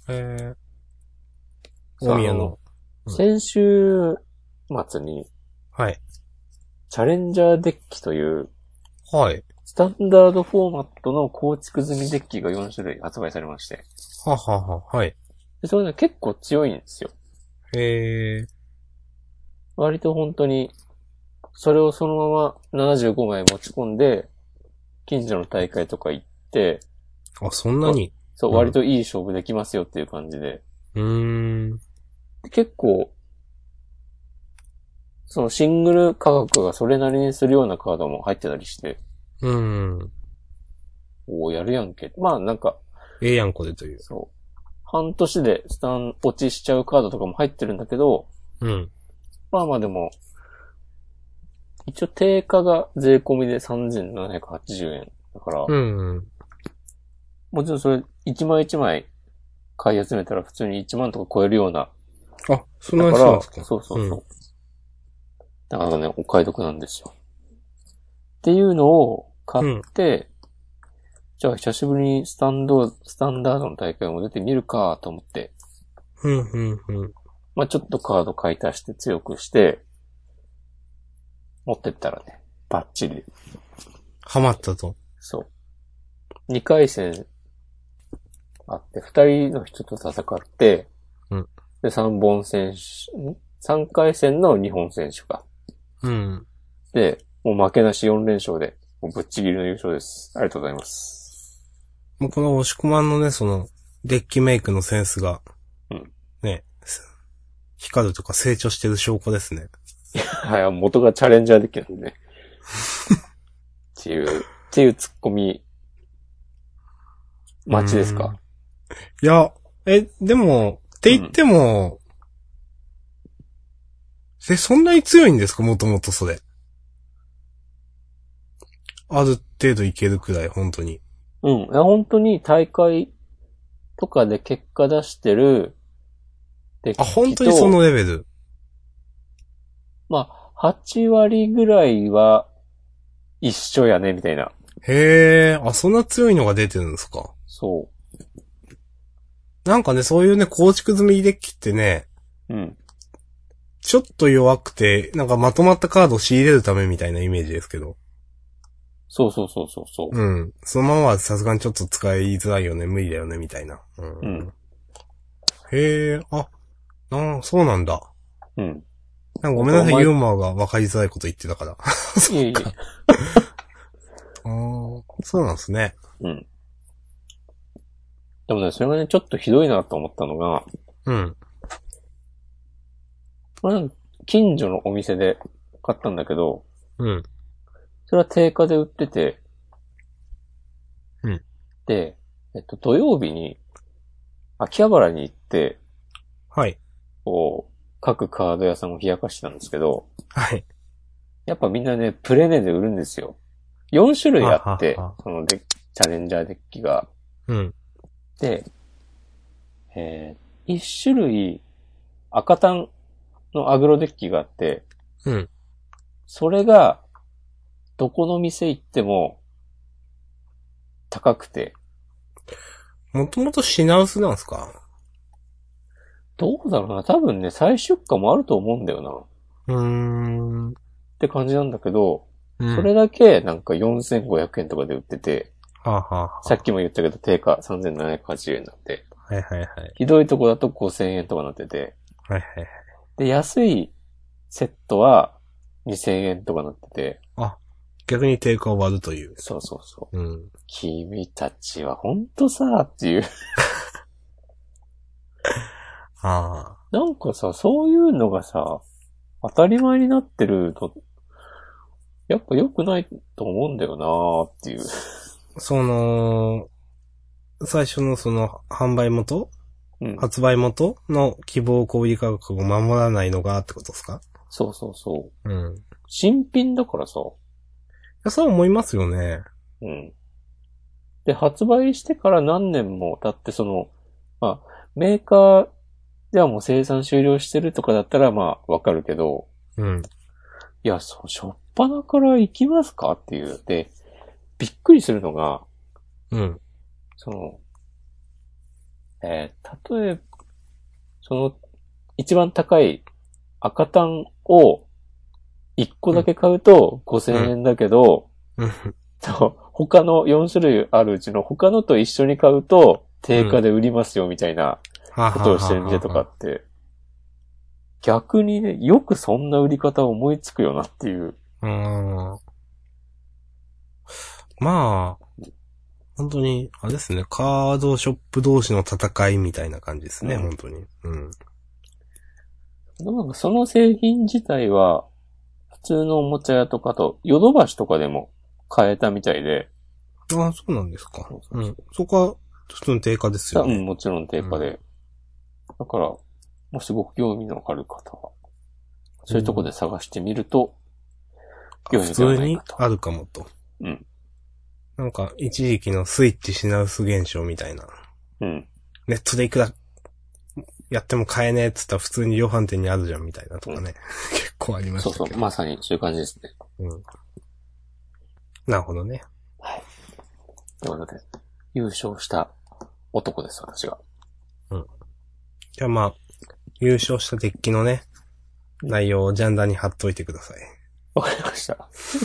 大宮の。 先週末に、 はい。 チャレンジャーデッキという、 はい。 スタンダードフォーマットの構築済みデッキが4種類発売されまして。 はい。 でそれね、結構強いんですよ。 へえ。 割と本当に、それをそのまま75枚持ち込んで、近所の大会とか行って、 あ、そんなに。 そう、割といい勝負できますよっていう感じで。結構、そのシングル価格がそれなりにするようなカードも入ってたりして。おー、やるやんけ。まあなんか。 ええやんこでという。 そう。半年でスタン落ちしちゃうカードとかも入ってるんだけど。まあまあでも、一応定価が税込みで3780円。だから、もちろんそれ一枚一枚買い集めたら普通に1万とか超えるような。 あ、そんなにそうなんですか。 そうそうそう。だからね、お買い得なんですよ。っていうのを買って、じゃあ久しぶりにスタンダードの大会も出てみるかと思って。まあちょっとカード買い足して強くして、持ってったらね、バッチリ。 ハマったと。 そう。2回戦あって、2人の人と戦って、で、3回戦の日本選手か。で、もう負けなし4連勝で、もうぶっちぎりの優勝です。ありがとうございます。 もうこの押し込まんのね、その、デッキメイクのセンスが、ね、光るとか成長してる証拠ですね。 はい、元がチャレンジャーデッキなんでね。っていうツッコミ、待ちですか？ いや、でも、って言っても、そんなに強いんですか？もともとそれ。ある程度いけるくらい、本当に。 いや本当に大会とかで結果出してるデッキと。 本当にそのレベル。 まあ、8割ぐらいは一緒やね、みたいな。 へー、そんな強いのが出てるんですか？ そう。 なんかね、そういうね、構築済みデッキってね、ちょっと弱くて、なんかまとまったカードを仕入れるためみたいなイメージですけど。 そう。そのままはさすがにちょっと使いづらいよね、無理だよね、みたいな。へー、そうなんだ。なんかごめんなさい、ユーモアが分かりづらいこと言ってたから。 いえ。 そうなんですね。 でもね、それがね、ちょっとひどいなと思ったのが、これ近所のお店で買ったんだけど、それは定価で売ってて、で、土曜日に、秋葉原に行って、こう、各カード屋さんを冷やかしてたんですけど、やっぱみんなね、プレネで売るんですよ。4種類あって、そのチャレンジャーデッキが。で、1種類、赤単のアグロデッキがあって、それが、どこの店行っても、高くて。 もともと品薄なんですか？ どうだろうな。多分ね、再出荷もあると思うんだよな。って感じなんだけど、それだけなんか4500円とかで売ってて、さっきも言ったけど定価3780円になって、ひどいとこだと5000円とかなってて、で、安いセットは2000円とかなってて、 逆に定価を割るという。 そう。君たちはほんとさ、っていう。なんかさ、そういうのがさ、当たり前になってると、やっぱ良くないと思うんだよなーっていう。 最初のその販売元、発売元の希望小売価格を守らないのがってことですか？ そう。新品だからさ。 そう思いますよね。 で、発売してから何年も経って、メーカーではもう生産終了してるとかだったらまあわかるけど、いや、しょっぱなから行きますかっていう。で、びっくりするのが、例えば、一番高い赤単を1個だけ買うと5000円だけど、他の4種類あるうちの他のと一緒に買うと定価で売りますよみたいなことをしてる店とかって、逆にね、よくそんな売り方を思いつくよなっていう。 まあ、本当に、あれですね、カードショップ同士の戦いみたいな感じですね、本当に。 なんかその製品自体は、普通のおもちゃ屋とかと、ヨドバシとかでも買えたみたいで。 ああ、そうなんですか。そこは、普通の定価ですよね。 もちろん定価で。だから、もしご興味のある方は、そういうとこで探してみると、 普通にあるかもと。なんか、一時期のスイッチ品薄現象みたいな。ネットでいくらやっても買えねえっつったら普通に量販店にあるじゃんみたいなとかね。結構ありましたけど。 そう、まさにそういう感じですね。 なるほどね。 はい。ということで、優勝した男です、私が。 じゃあまあ、優勝したデッキのね、内容をジャンダーに貼っといてください。 わかりました。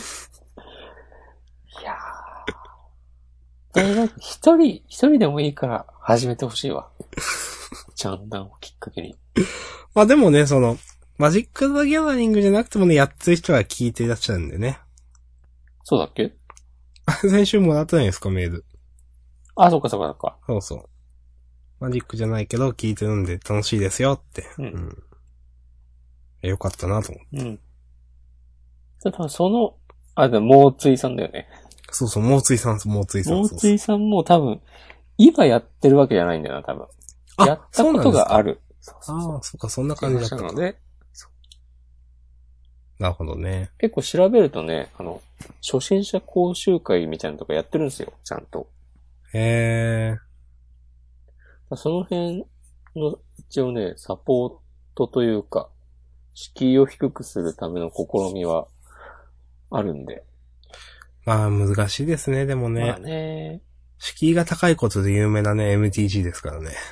いやー。一人でもいいから始めてほしいわ。ジャンダーをきっかけに。 まあでもね、マジック・ザ・ギャザリングじゃなくてもね、やってる人は聞いていらっしゃるんでね。 そうだっけ？ 先週もらったじゃないですか、メール。 あ、そっか。 そうそう。マジックじゃないけど、聞いてるんで楽しいですよって。よかったなと思って。 多分でも、モーツイさんだよね。 そう、モーツイさん。モーツイさんも多分、今やってるわけじゃないんだよな、多分。やったことがある。 そうか、そんな感じだったので。なるほどね。 結構調べるとね、初心者講習会みたいなのとかやってるんですよ、ちゃんと。その辺の、一応ね、サポートというか、敷居を低くするための試みは、あるんで。 まあ、難しいですね、でもね。 まあね。 敷居が高いことで有名なね、MTG ですからね。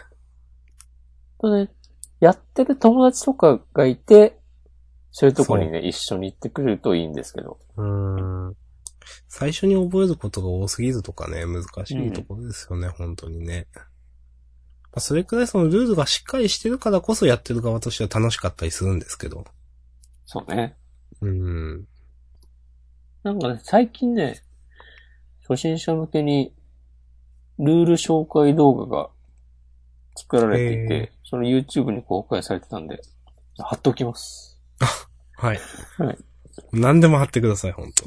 やってる友達とかがいて、そういうとこにね、一緒に行ってくれるといいんですけど。 最初に覚えることが多すぎるとかね、難しいところですよね、本当にね。それくらいそのルールがしっかりしてるからこそやってる側としては楽しかったりするんですけど。 そうね。 なんかね、最近ね、初心者向けに、ルール紹介動画が作られていて、その YouTube に公開されてたんで、貼っておきます。 はい。 はい。 何でも貼ってください、本当。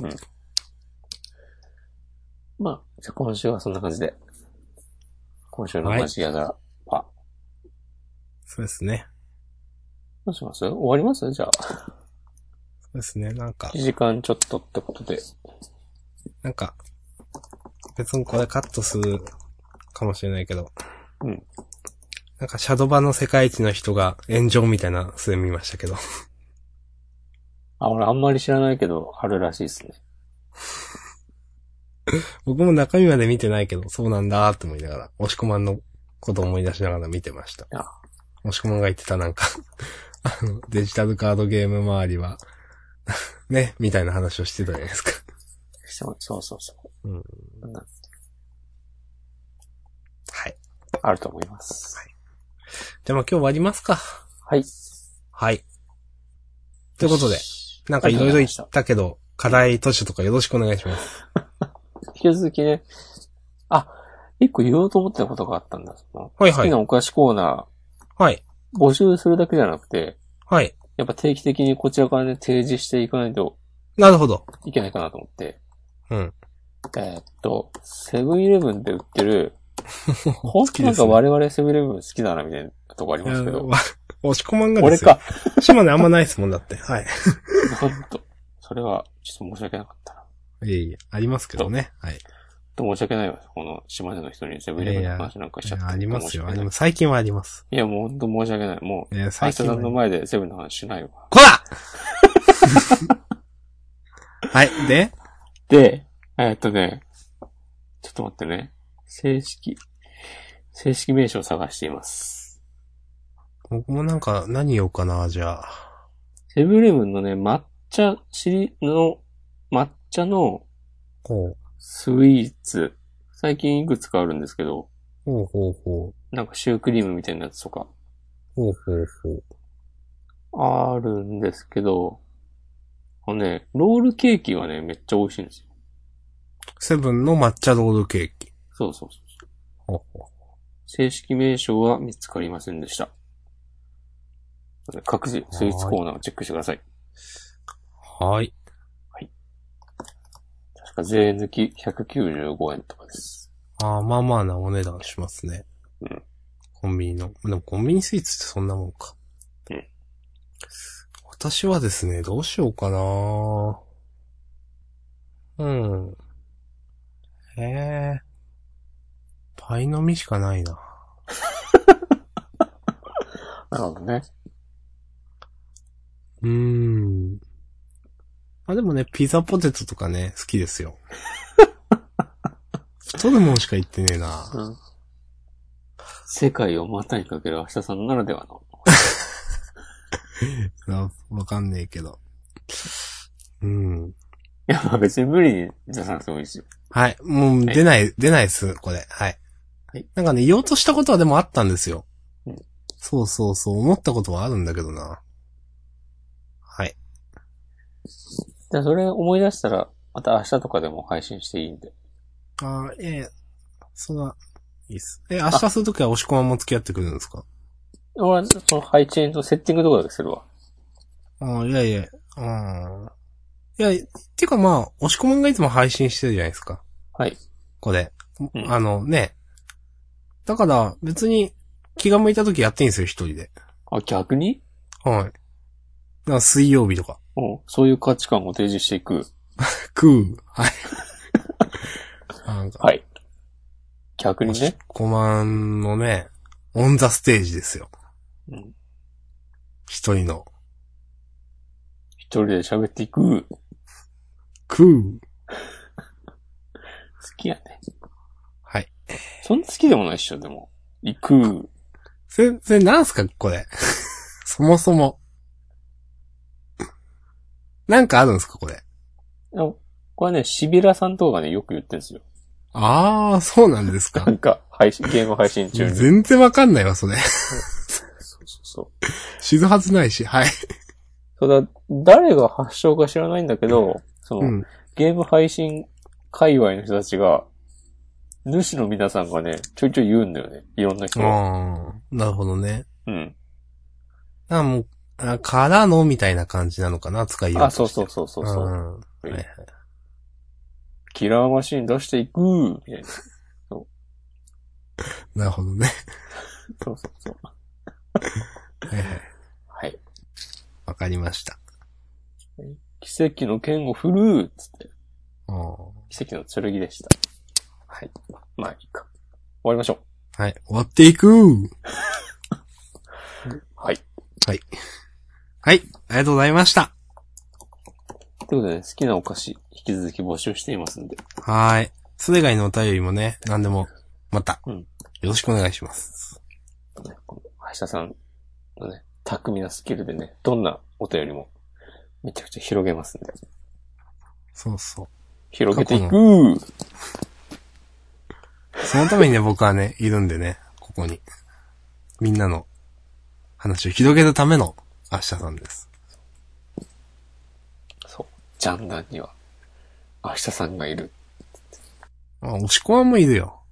まあ、じゃあ今週はそんな感じで。今週のマジヤザは。 そうですね。 どうします？終わります？じゃあ。 そうですね、なんか。 1時間ちょっとってことで。 なんか、別にこれカットするかもしれないけど。なんかシャドバの世界一の人が炎上みたいなそれ見ましたけど。 俺あんまり知らないけど、あるらしいですね。 僕も中身まで見てないけど、そうなんだーって思いながら、押し込まんのことを思い出しながら見てました。押し込まんが言ってたなんかデジタルカードゲーム周りはね、みたいな話をしてたじゃないですか。 そう。 はい。 あると思います。はい。 じゃあまあ今日終わりますか。 はい。 はい。ということで、なんかいろいろ言ったけど、課題図書とかよろしくお願いします。 引き続きね、一個言おうと思ってたことがあったんだ。 好きなお菓子コーナー、 募集するだけじゃなくて、 やっぱ定期的にこちらからね、提示していかないと、 なるほど。 いけないかなと思って。セブンイレブンで売ってる、本当なんか我々セブンイレブン好きだなみたいなとこありますけど。 押し込まんがですよ。俺か。島根あんまないですもんだって。はい。 なんと。それは、ちょっと申し訳なかったな。 いえ、ありますけどね。はい。 申し訳ないわ。この島根の人にセブンイレブンの話なんかしちゃって。 ありますよ。最近はあります。 いや、もう本当申し訳ない。もう、最近の前でセブンの話しないわ。 こらはい。で、 ちょっと待ってね。正式名称を探しています。 僕もなんか何言おうかな、じゃあ。 セブンイレブンのね、抹茶のスイーツ。最近いくつかあるんですけど、 ほうほうほなんかシュークリームみたいなやつとか、 う。ほうほうほう。 あるんですけど、ロールケーキはね、めっちゃ美味しいんですよ。 セブンの抹茶ロールケーキ。 そうそうそう。 ほうほ正式名称は見つかりませんでした。各自スイーツコーナーをチェックしてください。 う。はい。 確か税抜き195円とかです。 ああ、まあまあなお値段しますね。 うん。 コンビニの。でもコンビニスイーツってそんなもんか。 うん。 私はですね、どうしようかな。うん。へえ。パイの実しかないな。 なるほどね。 あ、でもね、ピザポテトとかね、好きですよ。太るもんしか言ってねえな。 うん。世界を股にかける明日さんならではの。 わかんねえけど。 いや、まあ別に無理に出さなくてもいいですよ。 はい。もう出ない、出ないです、これ。はい。 はい。 なんかね、言おうとしたことはでもあったんですよ。 うん。 そうそうそう、思ったことはあるんだけどな。はい。 じゃあそれ思い出したら、また明日とかでも配信していいんで。 ああ、それは、いいっす。明日するときは押し込まんも付き合ってくるんですか？ 俺はその配置のセッティングとかだけするわ。 ああ、いやいや、いや、てかまあ、押し込まんがいつも配信してるじゃないですか。 はい。 これ。 うん。 ね。だから別に気が向いた時やっていいんですよ、一人で。 あ、逆にはい。だから水曜日とか。 うん。そういう価値観を提示していく。 はい。なんか、 はい。逆に押しね。 込まんのね、オンザステージですよ。 うん。 一人の。 一人で喋っていく。好好きやね。 はい。 そんな好きでもないっしょ、でも。行く。 それなんすかこれ。そもそも。なんかあるんですかこれ。 これね、シビラさんとかがね、よく言ってるんですよ。 あー、そうなんですか。 なんか、ゲーム配信中に。 全然わかんないわ、それ。 そうそうそう。 知るはずないし、はい。 そうだ、誰が発祥か知らないんだけど、 うん。 ゲーム配信界隈の人たちが、主の皆さんがね、ちょいちょい言うんだよね。いろんな人が。 あー、なるほどね。 うん。 もう、からのみたいな感じなのかな、使いようあ、 として。 そうそうそうそう。 はいはい。 キラーマシン出していくみたいな。 なるほどね。 そうそうそう。 はいはい。 はい。 わかりました。 奇跡の剣を振るつって。奇跡の剣でした。はい。まあいいか。終わりましょう。 はい。終わっていくはい。 はい。はい。ありがとうございました。 ということで、好きなお菓子、引き続き募集していますんで。 はい。それ以外のお便りもね、何でも、また、 うん。 よろしくお願いします。 ね、この橋田さんのね、巧みなスキルでね、どんなお便りも、めちゃくちゃ広げますんで。 そうそう。 広げていくそのためにね、僕はね、いるんでね、ここに。みんなの話を広げるための明日さんです。 そう。ジャンダンには、明日さんがいる。 押し込まんもいるよ。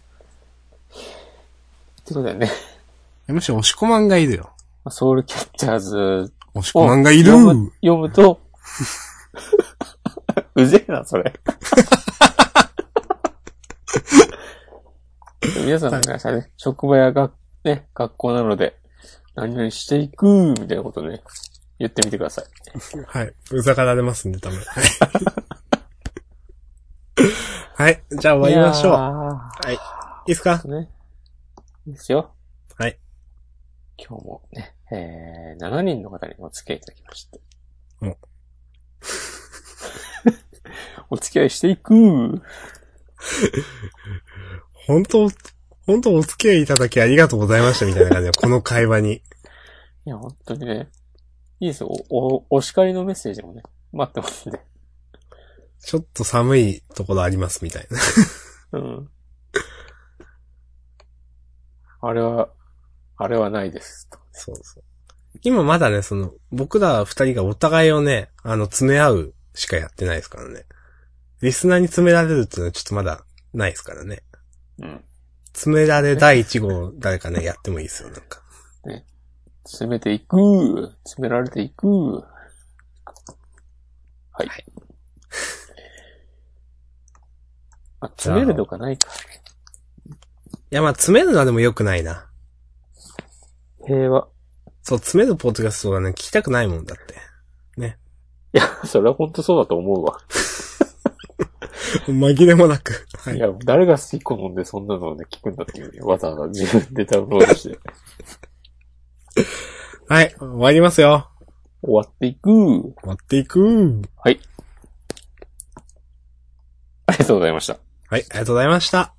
ってことだよね。 むしろ押し込まんがいるよ。 ソウルキャッチャーズ押し込まんがいる読むと、うぜえな、それ。皆さんがさね、職場や学校なので、何々していくみたいなことね、言ってみてください。 はい。うざがられますんで、多分。はい。はい。じゃあ終わりましょう。はい。いいですか？ ね。いいですよ。 はい。 今日もね、7人の方にお付き合いいただきまして。お付き合いしていく本当お付き合いいただきありがとうございましたみたいな感じで、この会話に。 いや、本当にね、いいですよ。お叱りのメッセージもね、待ってますんで。 ちょっと寒いところありますみたいな。 うん。 あれはないです。 そうそう。今まだね、僕ら二人がお互いをね、詰め合うしかやってないですからね。リスナーに詰められるっていうのはちょっとまだないですからね。 うん。 詰められ第1号誰かね、やってもいいですよ、なんか。 ね。詰めていく。詰められていく。はい。はい、まあ、詰めるとかないか。 いや、まあ、詰めるのはでも良くないな。 平和。 そう、詰めるポッドキャストがね、聞きたくないもんだって。ね。 いや、それは本当そうだと思うわ。 紛れもなく。 はい。いや、誰が好き好んでそんなのをね、聞くんだっていうね。わざわざ自分でダウンロードして。 はい、終わりますよ。 終わっていく。 終わっていく。 はい。ありがとうございました。 はい、ありがとうございました。